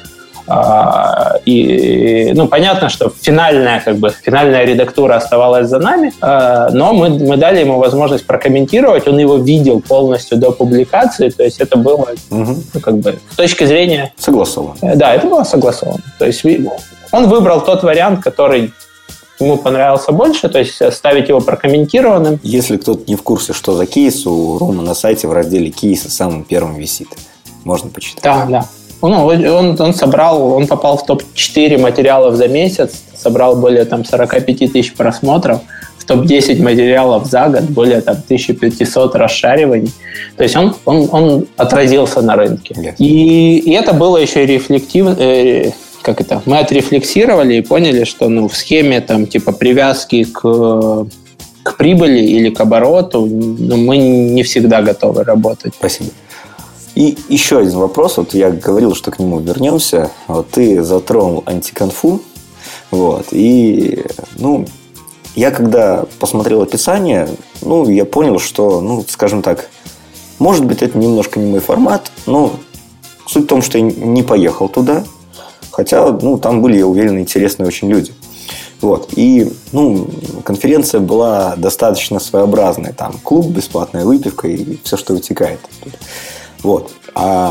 И, ну, понятно, что финальная, как бы, финальная редактура оставалась за нами, но мы, мы дали ему возможность прокомментировать, он его видел полностью до публикации, то есть это было, угу. ну, как бы, с точки зрения... Согласовано. Да, это было согласовано. То есть он выбрал тот вариант, который ему понравился больше, то есть оставить его прокомментированным. Если кто-то не в курсе, что за кейс, у Ромы на сайте в разделе «Кейсы» самым первым висит. Можно почитать. Да, да. Ну, он, он собрал, он попал в топ четыре материалов за месяц, собрал более там, сорок пять тысяч просмотров, в топ десять материалов за год, более там, тысяча пятьсот расшариваний. То есть он, он, он отразился на рынке. Yes. И, и это было еще рефлективно. Э, как это? Мы отрефлексировали и поняли, что ну, в схеме там, типа, привязки к, к прибыли или к обороту ну, мы не всегда готовы работать. Спасибо. И еще один вопрос. Вот я говорил, что к нему вернемся. Вот ты затронул антиконфу. Вот. И, ну, я когда посмотрел описание, ну, я понял, что, ну, скажем так, может быть, это немножко не мой формат, но суть в том, что я не поехал туда. Хотя, ну, там были, я уверен, интересные очень люди. Вот. И, ну, конференция была достаточно своеобразная. Там клуб, бесплатная выпивка и все, что вытекает. Вот. А,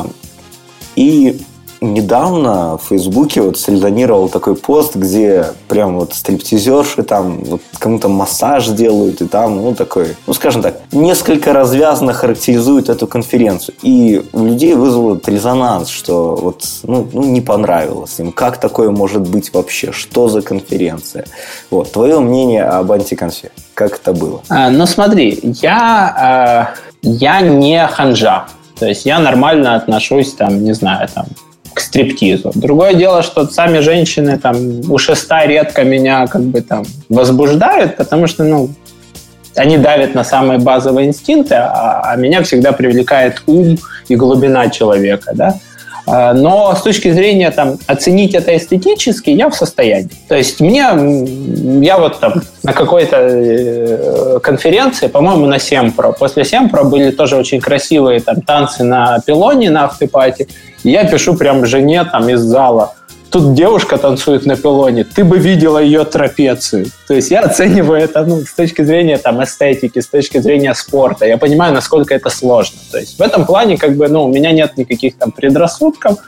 и недавно в Фейсбуке вот срезонировал такой пост, где прям вот стриптизерши там вот кому-то массаж делают, и там, ну, такой, ну, скажем так, несколько развязно характеризуют эту конференцию. И у людей вызвало резонанс, что вот, ну, ну, не понравилось им. Как такое может быть вообще? Что за конференция? Вот. Твое мнение об антиконфе? Как это было? А, ну, смотри, я, э, я не ханжа. То есть я нормально отношусь, там, не знаю, там, к стриптизу. Другое дело, что сами женщины там у шеста редко меня как бы там возбуждают, потому что, ну, они давят на самые базовые инстинкты, а, а меня всегда привлекает ум и глубина человека, да. Но с точки зрения там, оценить это эстетически я в состоянии. То есть мне, я вот там на какой-то конференции, по-моему, на Семпро, после Семпро были тоже очень красивые там, танцы на пилоне, на автопати. И я пишу прям жене там из зала: тут девушка танцует на пилоне, ты бы видела ее трапецию. То есть я оцениваю это ну, с точки зрения там, эстетики, с точки зрения спорта. Я понимаю, насколько это сложно. То есть в этом плане как бы, ну, у меня нет никаких там предрассудков.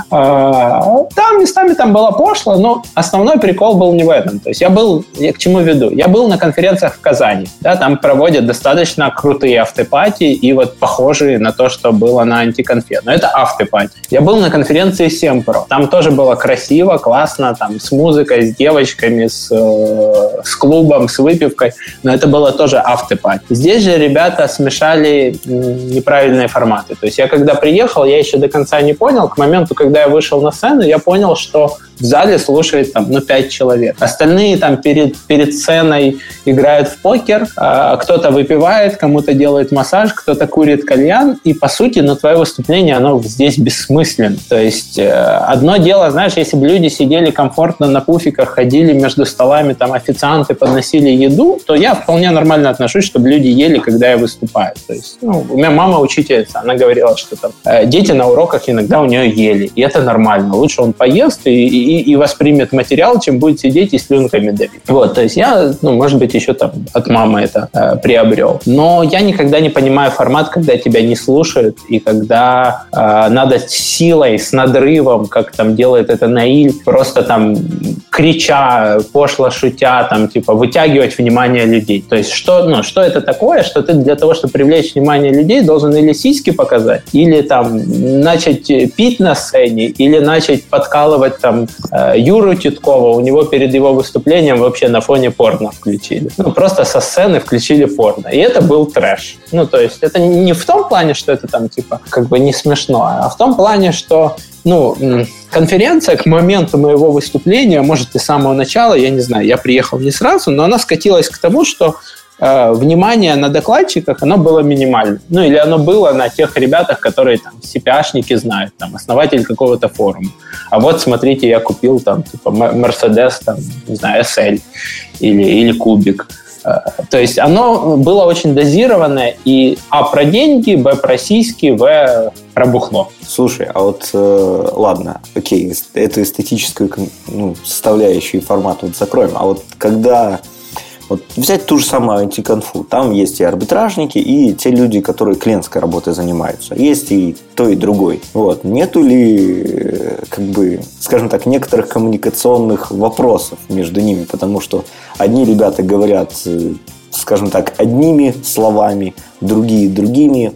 Там местами там было пошло, но основной прикол был не в этом. То есть я был, я к чему веду? Я был на конференциях в Казани. Да, там проводят достаточно крутые автопати и вот похожие на то, что было на антиконфе. Но это автопати. Я был на конференции Семпро. Там тоже было красиво, классно, там с музыкой, с девочками, с, э, с клубом, с выпивкой. Но это было тоже автопати. Здесь же ребята смешали неправильные форматы. То есть я когда приехал, я еще до конца не понял. К моменту, когда я вышел на сцену, я понял, что в зале слушает там, ну, пять человек. Остальные там перед, перед сценой играют в покер, а кто-то выпивает, кому-то делает массаж, кто-то курит кальян, и, по сути, ну, твое выступление, оно здесь бессмысленно. То есть э, одно дело, знаешь, если бы люди сидели комфортно на пуфиках, ходили между столами, там, официанты подносили еду, то я вполне нормально отношусь, чтобы люди ели, когда я выступаю. То есть, ну, у меня мама учительница, она говорила, что там э, дети на уроках иногда у нее ели, и это нормально. Лучше он поест и, и, и воспримет материал, чем будет сидеть и слюнками давить. Вот, то есть я, ну, может быть, еще там от мамы это э, приобрел. Но я никогда не понимаю формат, когда тебя не слушают, и когда э, надо силой, с надрывом, как там делает это Наиль, просто там крича, пошло шутя, там, типа, вытягивать внимание людей. То есть что, ну, что это такое, что ты для того, чтобы привлечь внимание людей, должен или сиськи показать, или там начать пить на сцене, или начать подкалывать там Юру Титкова, у него перед его выступлением вообще на фоне порно включили. Ну, просто со сцены включили порно. И это был трэш. Ну, то есть это не в том плане, что это там, типа, как бы не смешно, а в том плане, что, ну, конференция к моменту моего выступления, может, и с самого начала, я не знаю, я приехал не сразу, но она скатилась к тому, что э, внимание на докладчиках, оно было минимально. Ну, или оно было на тех ребятах, которые там си пи эй-шники знают, там, основатель какого-то форума. А вот, смотрите, я купил там, типа, Mercedes, там, не знаю, эс эль или, или Кубик. То есть оно было очень дозированное, и а про деньги, б про сиськи, в про бухло. Слушай, а вот э, ладно, окей, эту эстетическую, ну, составляющую формата вот закроем, а вот когда вот взять ту же самую антиконфу, там есть и арбитражники, и те люди, которые клиентской работой занимаются, есть и то, и другой. Вот. Нету ли, как бы, скажем так, некоторых коммуникационных вопросов между ними, потому что одни ребята говорят, скажем так, одними словами, другие другими,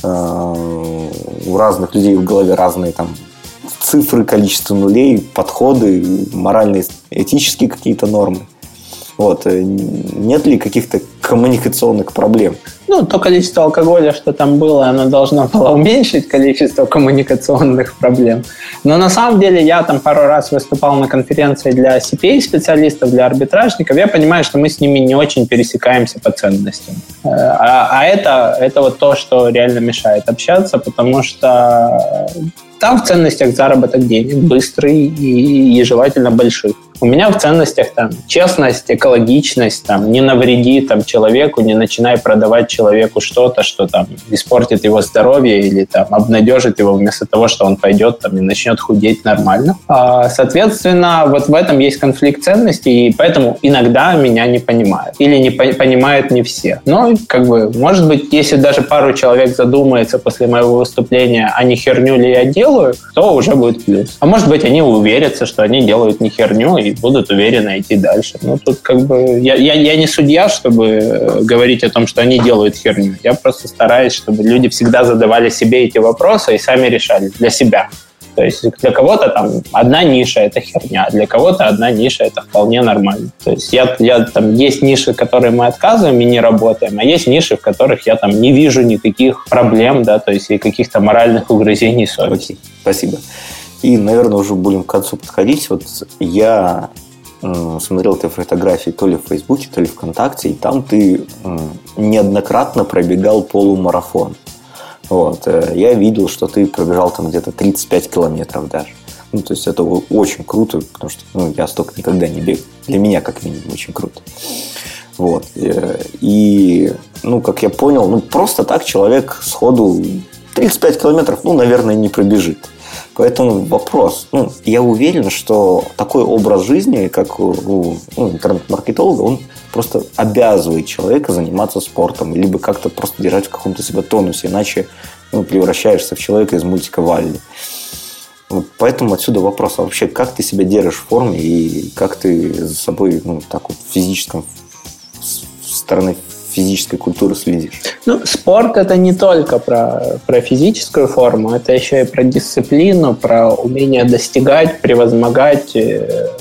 у разных людей в голове разные там цифры, количество нулей, подходы, моральные, этические какие-то нормы. Вот. Нет ли каких-то коммуникационных проблем? Ну, то количество алкоголя, что там было, оно должно было уменьшить количество коммуникационных проблем. Но на самом деле я там пару раз выступал на конференции для си пи эй-специалистов, для арбитражников. Я понимаю, что мы с ними не очень пересекаемся по ценностям. А, а это, это вот то, что реально мешает общаться, потому что там в ценностях заработок денег быстрый и, и желательно больших. У меня в ценностях там честность, экологичность, там, не навреди там, человеку, не начинай продавать человеку что-то, что там испортит его здоровье или там обнадежит его вместо того, что он пойдет там, и начнет худеть нормально. А, соответственно, вот в этом есть конфликт ценностей, и поэтому иногда меня не понимают. Или не по- понимают не все. Но, как бы, может быть, если даже пару человек задумается после моего выступления, а не херню ли я делаю, то уже будет плюс. А может быть, они уверятся, что они делают не херню, и будут уверенно идти дальше. Ну, тут как бы... Я, я, я не судья, чтобы говорить о том, что они делают херню. Я просто стараюсь, чтобы люди всегда задавали себе эти вопросы и сами решали для себя. То есть для кого-то там одна ниша – это херня, для кого-то одна ниша – это вполне нормально. То есть я, я, там, есть ниши, которые мы отказываем и не работаем, а есть ниши, в которых я там не вижу никаких проблем, да, то есть и каких-то моральных угрызений совести. Спасибо. И, наверное, уже будем к концу подходить. Вот я э, смотрел твои фотографии то ли в Фейсбуке, то ли ВКонтакте, и там ты э, неоднократно пробегал полумарафон. Вот. Э, я видел, что ты пробежал там где-то тридцать пять километров даже. Ну, то есть это очень круто, потому что ну, я столько никогда не бегал. Для меня, как минимум, очень круто. Вот. И, ну, как я понял, ну, просто так человек сходу тридцать пять километров, ну, наверное, не пробежит. Поэтому вопрос. Ну, я уверен, что такой образ жизни, как у ну, интернет-маркетолога, он просто обязывает человека заниматься спортом, либо как-то просто держать в каком-то себя тонусе, иначе ну, превращаешься в человека из мультика Валли. Вот поэтому отсюда вопрос. А вообще, как ты себя держишь в форме и как ты за собой, ну, так вот, в физическом, с стороны физической культуры следишь? Ну, спорт – это не только про, про физическую форму, это еще и про дисциплину, про умение достигать, превозмогать,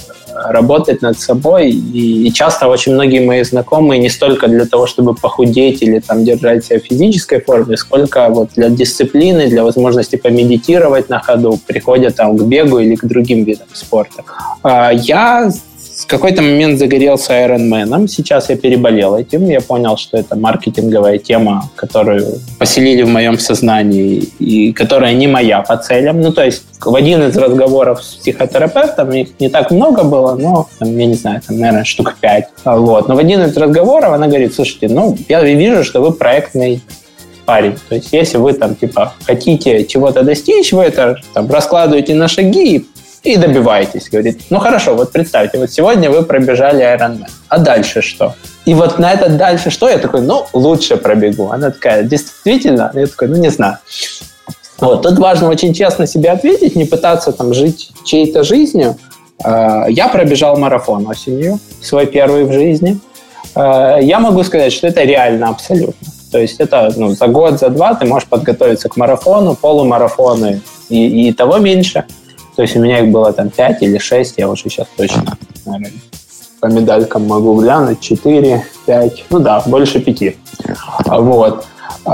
работать над собой. И, и часто очень многие мои знакомые не столько для того, чтобы похудеть или там, держать себя в физической форме, сколько вот для дисциплины, для возможности помедитировать на ходу, приходят там, к бегу или к другим видам спорта. Я в какой-то момент загорелся Ironman. Сейчас я переболел этим. Я понял, что это маркетинговая тема, которую поселили в моем сознании и которая не моя по целям. Ну, то есть в один из разговоров с психотерапевтом, их не так много было, но, там, я не знаю, там, наверное, штук пять. Вот. Но в один из разговоров она говорит: слушайте, ну, я вижу, что вы проектный парень. То есть если вы там, типа, хотите чего-то достичь, вы это там раскладываете на шаги и добиваетесь. Говорит, ну хорошо, вот представьте, вот сегодня вы пробежали Ironman, а дальше что? И вот на это дальше что? Я такой, ну, лучше пробегу. Она такая, действительно? Я такой, ну, не знаю. Вот, тут важно очень честно себе ответить, не пытаться там жить чьей-то жизнью. Я пробежал марафон осенью, свой первый в жизни. Я могу сказать, что это реально абсолютно. То есть это ну, за год, за два ты можешь подготовиться к марафону, полумарафоны и, и того меньше. То есть у меня их было там пять или шесть, я уже сейчас точно, наверное, по медалькам могу глянуть, четыре, пять, ну да, больше пяти. Вот.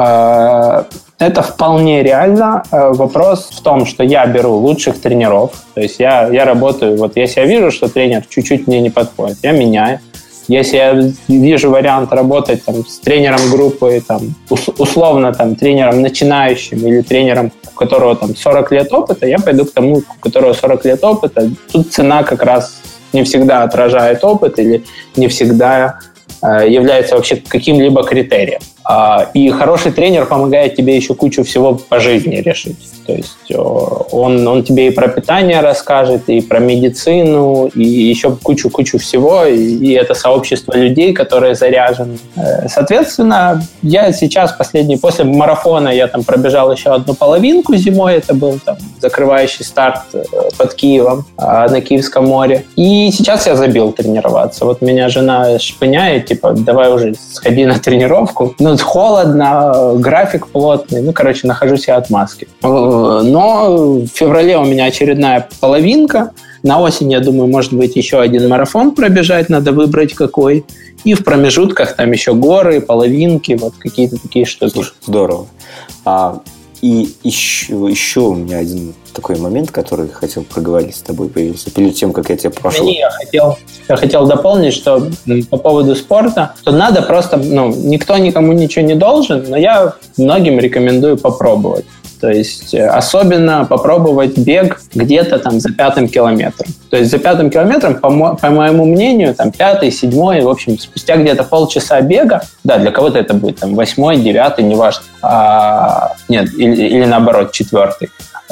Это вполне реально. Вопрос в том, что я беру лучших тренеров, то есть я, я работаю, вот если я вижу, что тренер чуть-чуть мне не подходит, я меняю. Если я вижу вариант работать там, с тренером группы, там, условно там, тренером начинающим или тренером, у которого там, сорок лет опыта, я пойду к тому, у которого сорок лет опыта. Тут цена как раз не всегда отражает опыт или не всегда э, является вообще каким-либо критерием. А, и хороший тренер помогает тебе еще кучу всего по жизни решить. То есть он, он тебе и про питание расскажет, и про медицину, и еще кучу-кучу всего, и, и это сообщество людей, которые заряжены. Соответственно, я сейчас последний, после марафона я там пробежал еще одну половинку зимой, это был там закрывающий старт под Киевом на Киевском море. И сейчас я забил тренироваться. Вот меня жена шпыняет, типа, давай уже сходи на тренировку. Ну, холодно, график плотный, ну, короче, нахожусь я отмазки. Но в феврале у меня очередная половинка. На осень, я думаю, может быть, еще один марафон пробежать, надо выбрать какой. И в промежутках там еще горы, половинки, вот какие-то такие штуки. Слушай, здорово. А, и еще, еще у меня один такой момент, который хотел проговорить с тобой, появился перед тем, как я тебя прошу. Не, я хотел, я хотел дополнить, что по поводу спорта, то надо просто, ну, никто никому ничего не должен, но я многим рекомендую попробовать. То есть особенно попробовать бег где-то там за пятым километром. То есть за пятым километром, по, мо- по моему мнению, там пятый, седьмой, в общем, спустя где-то полчаса бега, да, для кого-то это будет там восьмой, девятый, неважно, а, нет, или, или наоборот, четвертый.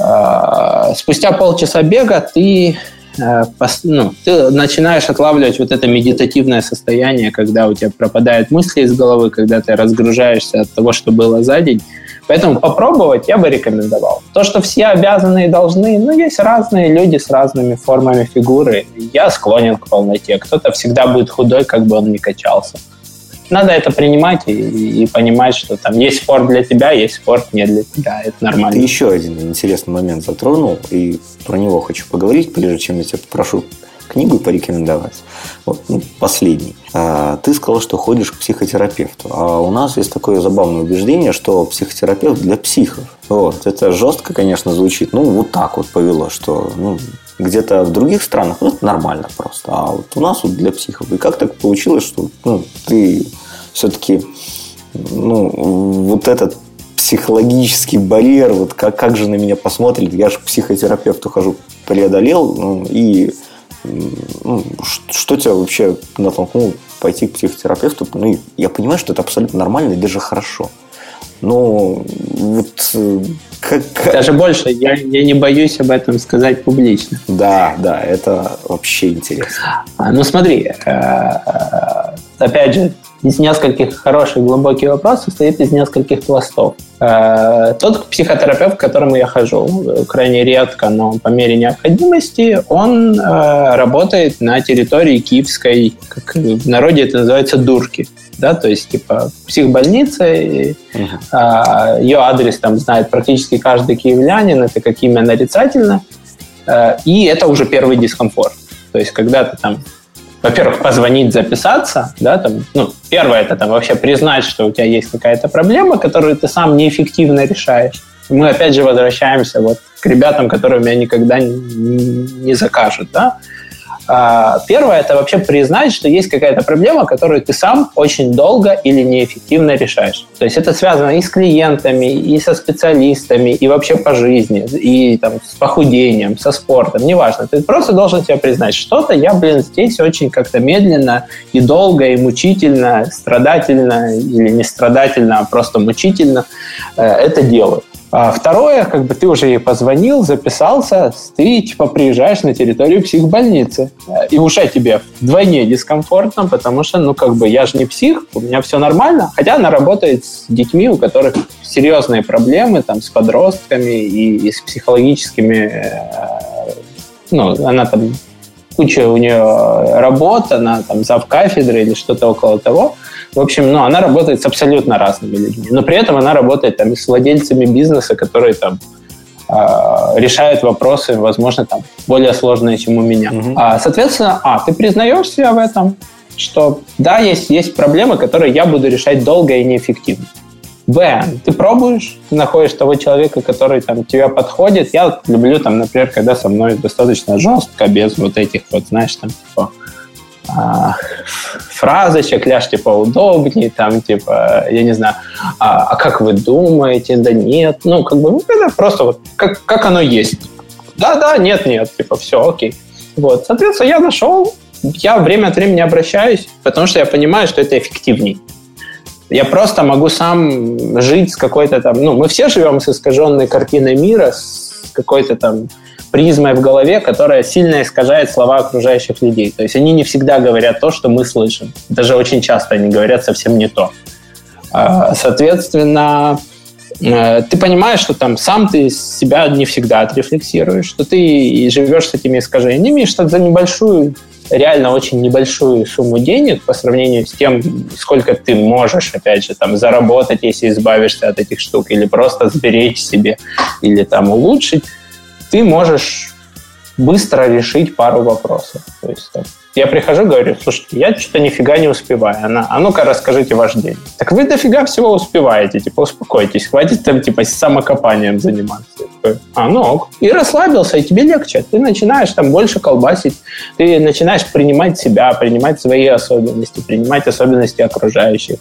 А, спустя полчаса бега ты, а, пос, ну, ты начинаешь отлавливать вот это медитативное состояние, когда у тебя пропадают мысли из головы, когда ты разгружаешься от того, что было за день. Поэтому попробовать я бы рекомендовал. То, что все обязаны и должны, ну, есть разные люди с разными формами фигуры. Я склонен к полноте. Кто-то всегда будет худой, как бы он ни качался. Надо это принимать и, и понимать, что там есть спорт для тебя, есть спорт не для тебя. Это нормально. Ты еще один интересный момент затронул, и про него хочу поговорить, прежде чем я тебя попрошу книгу порекомендовать. Вот, ну, последний. А, ты сказал, что ходишь к психотерапевту. А у нас есть такое забавное убеждение, что психотерапевт для психов. Вот. Это жестко, конечно, звучит. Ну, вот так вот повело, что ну, где-то в других странах ну, это нормально просто. А вот у нас вот для психов. И как так получилось, что ну, ты все-таки ну, вот этот психологический барьер, вот как, как же на меня посмотрят, я же к психотерапевту хожу, преодолел, ну, и ну, что тебя вообще натолкнуло пойти к психотерапевту? Ну, я понимаю, что это абсолютно нормально и даже хорошо. Но вот как... Даже больше, я, я не боюсь об этом сказать публично. Да, да, это вообще интересно. Ну смотри, опять же, из нескольких хороших глубоких вопросов состоит из нескольких пластов. Тот психотерапевт, к которому я хожу, крайне редко, но по мере необходимости, он работает на территории киевской, как в народе это называется, дурки. Да, то есть, типа, психбольница, и, uh-huh. а, ее адрес там знает практически каждый киевлянин, это как имя нарицательно, а, и это уже первый дискомфорт. То есть, когда ты там, во-первых, позвонить, записаться, да, там, ну, первое, это там вообще признать, что у тебя есть какая-то проблема, которую ты сам неэффективно решаешь. Мы опять же возвращаемся вот к ребятам, которые меня никогда не, не закажут, да. Первое – это вообще признать, что есть какая-то проблема, которую ты сам очень долго или неэффективно решаешь. То есть это связано и с клиентами, и со специалистами, и вообще по жизни, и там, с похудением, со спортом, неважно. Ты просто должен себе признать, что-то я, блин, здесь очень как-то медленно и долго, и мучительно, страдательно, или не страдательно, а просто мучительно это делаю. А второе, как бы ты уже ей позвонил, записался, ты типа приезжаешь на территорию психбольницы. И уже тебе вдвойне дискомфортно, потому что, ну, как бы я же не псих, у меня все нормально. Хотя она работает с детьми, у которых серьезные проблемы, там, с подростками и, и с психологическими... Ну, она там... Куча у нее работ, она там завкафедры или что-то около того. В общем, ну, она работает с абсолютно разными людьми. Но при этом она работает там и с владельцами бизнеса, которые там э, решают вопросы, возможно, там более сложные, чем у меня. Mm-hmm. А, соответственно, а, ты признаешь себя в этом, что да, есть, есть проблемы, которые я буду решать долго и неэффективно. Б. Ты пробуешь, ты находишь того человека, который там тебе подходит. Я люблю, там, например, когда со мной достаточно жестко, без вот этих вот, знаешь, там, типа, а, фразочек, ляжь, типа, удобнее, там, типа, я не знаю, а, а как вы думаете? Да нет. Ну, как бы, ну, это просто вот как, как оно есть. Да-да, нет-нет, типа, все, окей. Вот, соответственно, я нашел, я время от времени обращаюсь, потому что я понимаю, что это эффективней. Я просто могу сам жить с какой-то там... Ну, мы все живем с искаженной картиной мира, с какой-то там призмой в голове, которая сильно искажает слова окружающих людей. То есть они не всегда говорят то, что мы слышим. Даже очень часто они говорят совсем не то. Соответственно, ты понимаешь, что там сам ты себя не всегда отрефлексируешь, что ты живешь с этими искажениями, и что за небольшую... реально очень небольшую сумму денег по сравнению с тем, сколько ты можешь, опять же, там, заработать, если избавишься от этих штук, или просто сберечь себе, или там улучшить, ты можешь быстро решить пару вопросов. То есть, так, я прихожу, говорю, слушайте, я что-то нифига не успеваю. Она, а ну-ка расскажите ваш день. Так вы дофига всего успеваете, типа, успокойтесь, хватит там, типа, самокопанием заниматься. Такой, а, ну ок. И расслабился, и тебе легче. Ты начинаешь там больше колбасить, ты начинаешь принимать себя, принимать свои особенности, принимать особенности окружающих.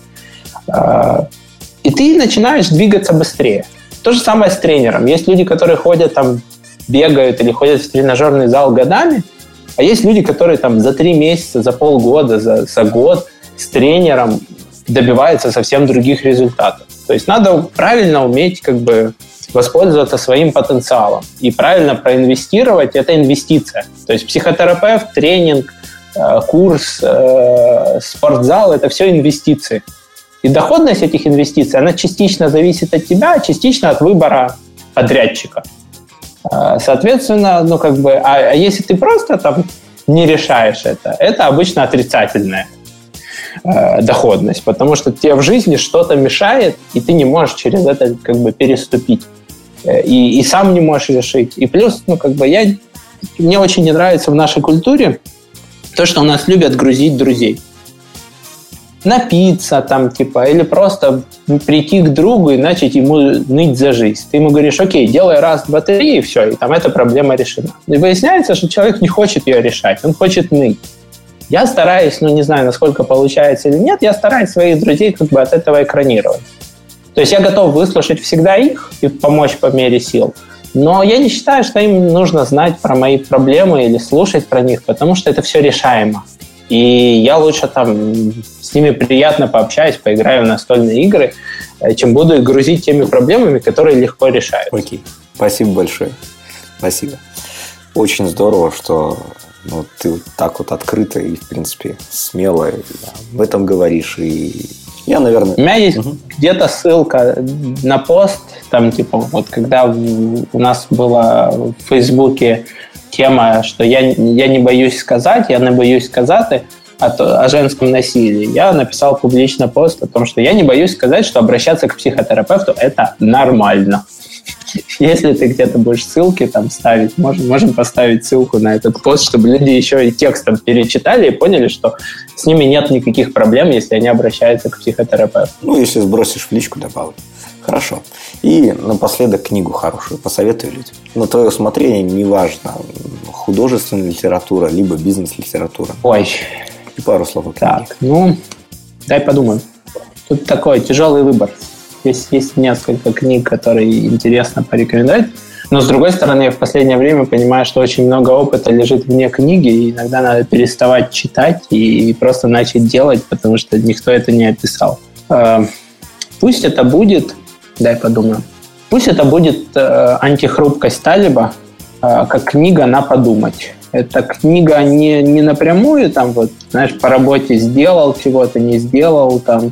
И ты начинаешь двигаться быстрее. То же самое с тренером. Есть люди, которые ходят там, бегают или ходят в тренажерный зал годами, а есть люди, которые там за три месяца, за полгода, за, за год с тренером добиваются совсем других результатов. То есть надо правильно уметь как бы воспользоваться своим потенциалом и правильно проинвестировать. Это инвестиция. То есть психотерапевт, тренинг, курс, спортзал – это все инвестиции. И доходность этих инвестиций, она частично зависит от тебя, а частично от выбора подрядчика. Соответственно, ну как бы, а, а если ты просто там не решаешь это, это обычно отрицательная э, доходность, потому что тебе в жизни что-то мешает, и ты не можешь через это как бы переступить, и, и сам не можешь решить. И плюс, ну как бы, я, мне очень не нравится в нашей культуре то, что у нас любят грузить друзей. Напиться там, типа, или просто прийти к другу и начать ему ныть за жизнь. Ты ему говоришь, окей, делай раз, два, три, и все, и там эта проблема решена. И выясняется, что человек не хочет ее решать, он хочет ныть. Я стараюсь, ну, не знаю, насколько получается или нет, я стараюсь своих друзей как бы от этого экранировать. То есть я готов выслушать всегда их и помочь по мере сил, но я не считаю, что им нужно знать про мои проблемы или слушать про них, потому что это все решаемо. И я лучше там с ними приятно пообщаюсь, поиграю в настольные игры, чем буду их грузить теми проблемами, которые легко решают. Окей, спасибо большое. Спасибо. Очень здорово, что ну, ты вот так вот открыто и, в принципе, смело об этом говоришь. И я, наверное... У меня есть угу. где-то ссылка на пост, там, типа, вот когда у нас была в Фейсбуке тема, что я, я не боюсь сказать, я не боюсь сказать о, о женском насилии. Я написал публично пост о том, что я не боюсь сказать, что обращаться к психотерапевту – это нормально. Если ты где-то будешь ссылки там ставить, можем, можем поставить ссылку на этот пост, чтобы люди еще и текстом перечитали и поняли, что с ними нет никаких проблем, если они обращаются к психотерапевту. Ну, если сбросишь в личку, добавлю. Хорошо. И напоследок книгу хорошую посоветую людям. На твое усмотрение, неважно, художественная литература, либо бизнес-литература. Ой. И пару слов о книге. Так, ну, дай подумаю. Тут такой тяжелый выбор. Есть, есть несколько книг, которые интересно порекомендовать. Но, с другой стороны, я в последнее время понимаю, что очень много опыта лежит вне книги, и иногда надо переставать читать и просто начать делать, потому что никто это не описал. Пусть это будет... Дай подумаю. Пусть это будет «Антихрупкость Талиба», как книга на подумать. Это книга не, не напрямую, там, вот, знаешь, по работе сделал чего-то, не сделал, там,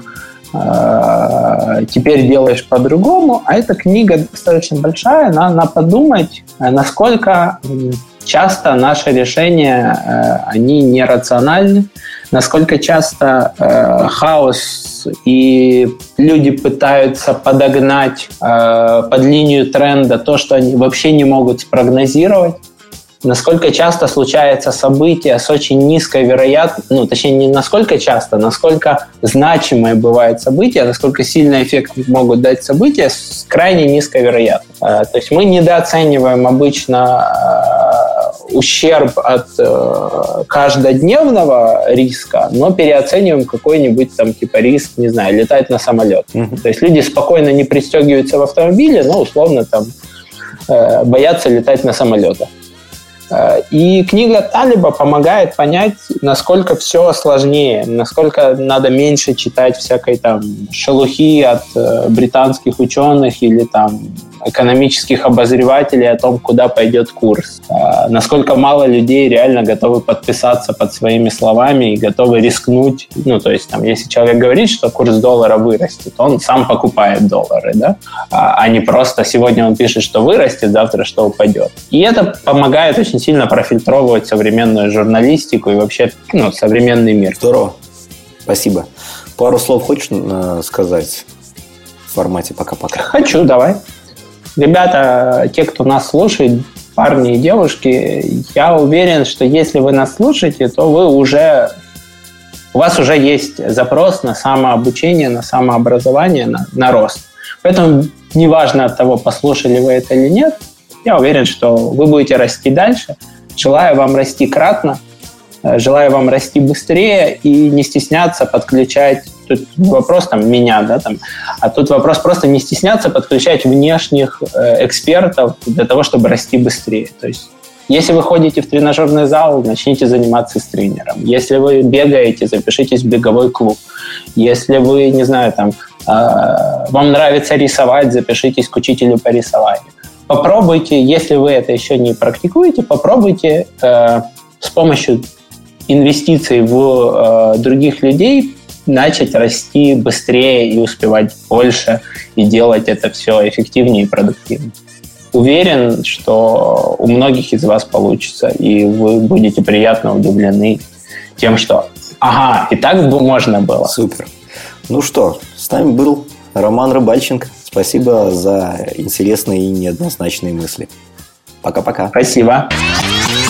э, теперь делаешь по-другому, а эта книга достаточно большая, на, на подумать, насколько часто наши решения, э, они нерациональны, насколько часто э, хаос и люди пытаются подогнать э, под линию тренда то, что они вообще не могут спрогнозировать, насколько часто случается событие с очень низкой вероятностью, ну, точнее, не насколько часто, насколько значимые бывают события, насколько сильный эффект могут дать события с крайне низкой вероятностью. То есть мы недооцениваем обычно ущерб от каждодневного риска, но переоцениваем какой-нибудь там типа риск, не знаю, летать на самолет. Mm-hmm. То есть люди спокойно не пристегиваются в автомобиле, но условно там боятся летать на самолетах. И книга Талиба помогает понять, насколько все сложнее, насколько надо меньше читать всякой там шелухи от э, британских ученых или там экономических обозревателей о том, куда пойдет курс. Э, насколько мало людей реально готовы подписаться под своими словами и готовы рискнуть. Ну, то есть, там, если человек говорит, что курс доллара вырастет, он сам покупает доллары, да? А, а не просто сегодня он пишет, что вырастет, завтра что упадет. И это помогает очень сильно профильтровывать современную журналистику и вообще ну, современный мир. Здорово. Спасибо. Пару слов хочешь э, сказать в формате пока-пока? Хочу, давай. Ребята, те, кто нас слушает, парни и девушки, я уверен, что если вы нас слушаете, то вы уже... У вас уже есть запрос на самообучение, на самообразование, на, на рост. Поэтому неважно от того, послушали вы это или нет, я уверен, что вы будете расти дальше. Желаю вам расти кратно, желаю вам расти быстрее и не стесняться подключать. Тут вопрос там меня, да, там, а тут вопрос просто не стесняться подключать внешних э, экспертов для того, чтобы расти быстрее. То есть, если вы ходите в тренажерный зал, начните заниматься с тренером. Если вы бегаете, запишитесь в беговой клуб. Если вы, не знаю, там, э, вам нравится рисовать, запишитесь к учителю по рисованию. Попробуйте, если вы это еще не практикуете, попробуйте э, с помощью инвестиций в э, других людей начать расти быстрее и успевать больше и делать это все эффективнее и продуктивнее. Уверен, что у многих из вас получится, и вы будете приятно удивлены тем, что ага, и так можно было. Супер. Ну что, с нами был Роман Рыбальченко. Спасибо за интересные и неоднозначные мысли. Пока-пока. Спасибо.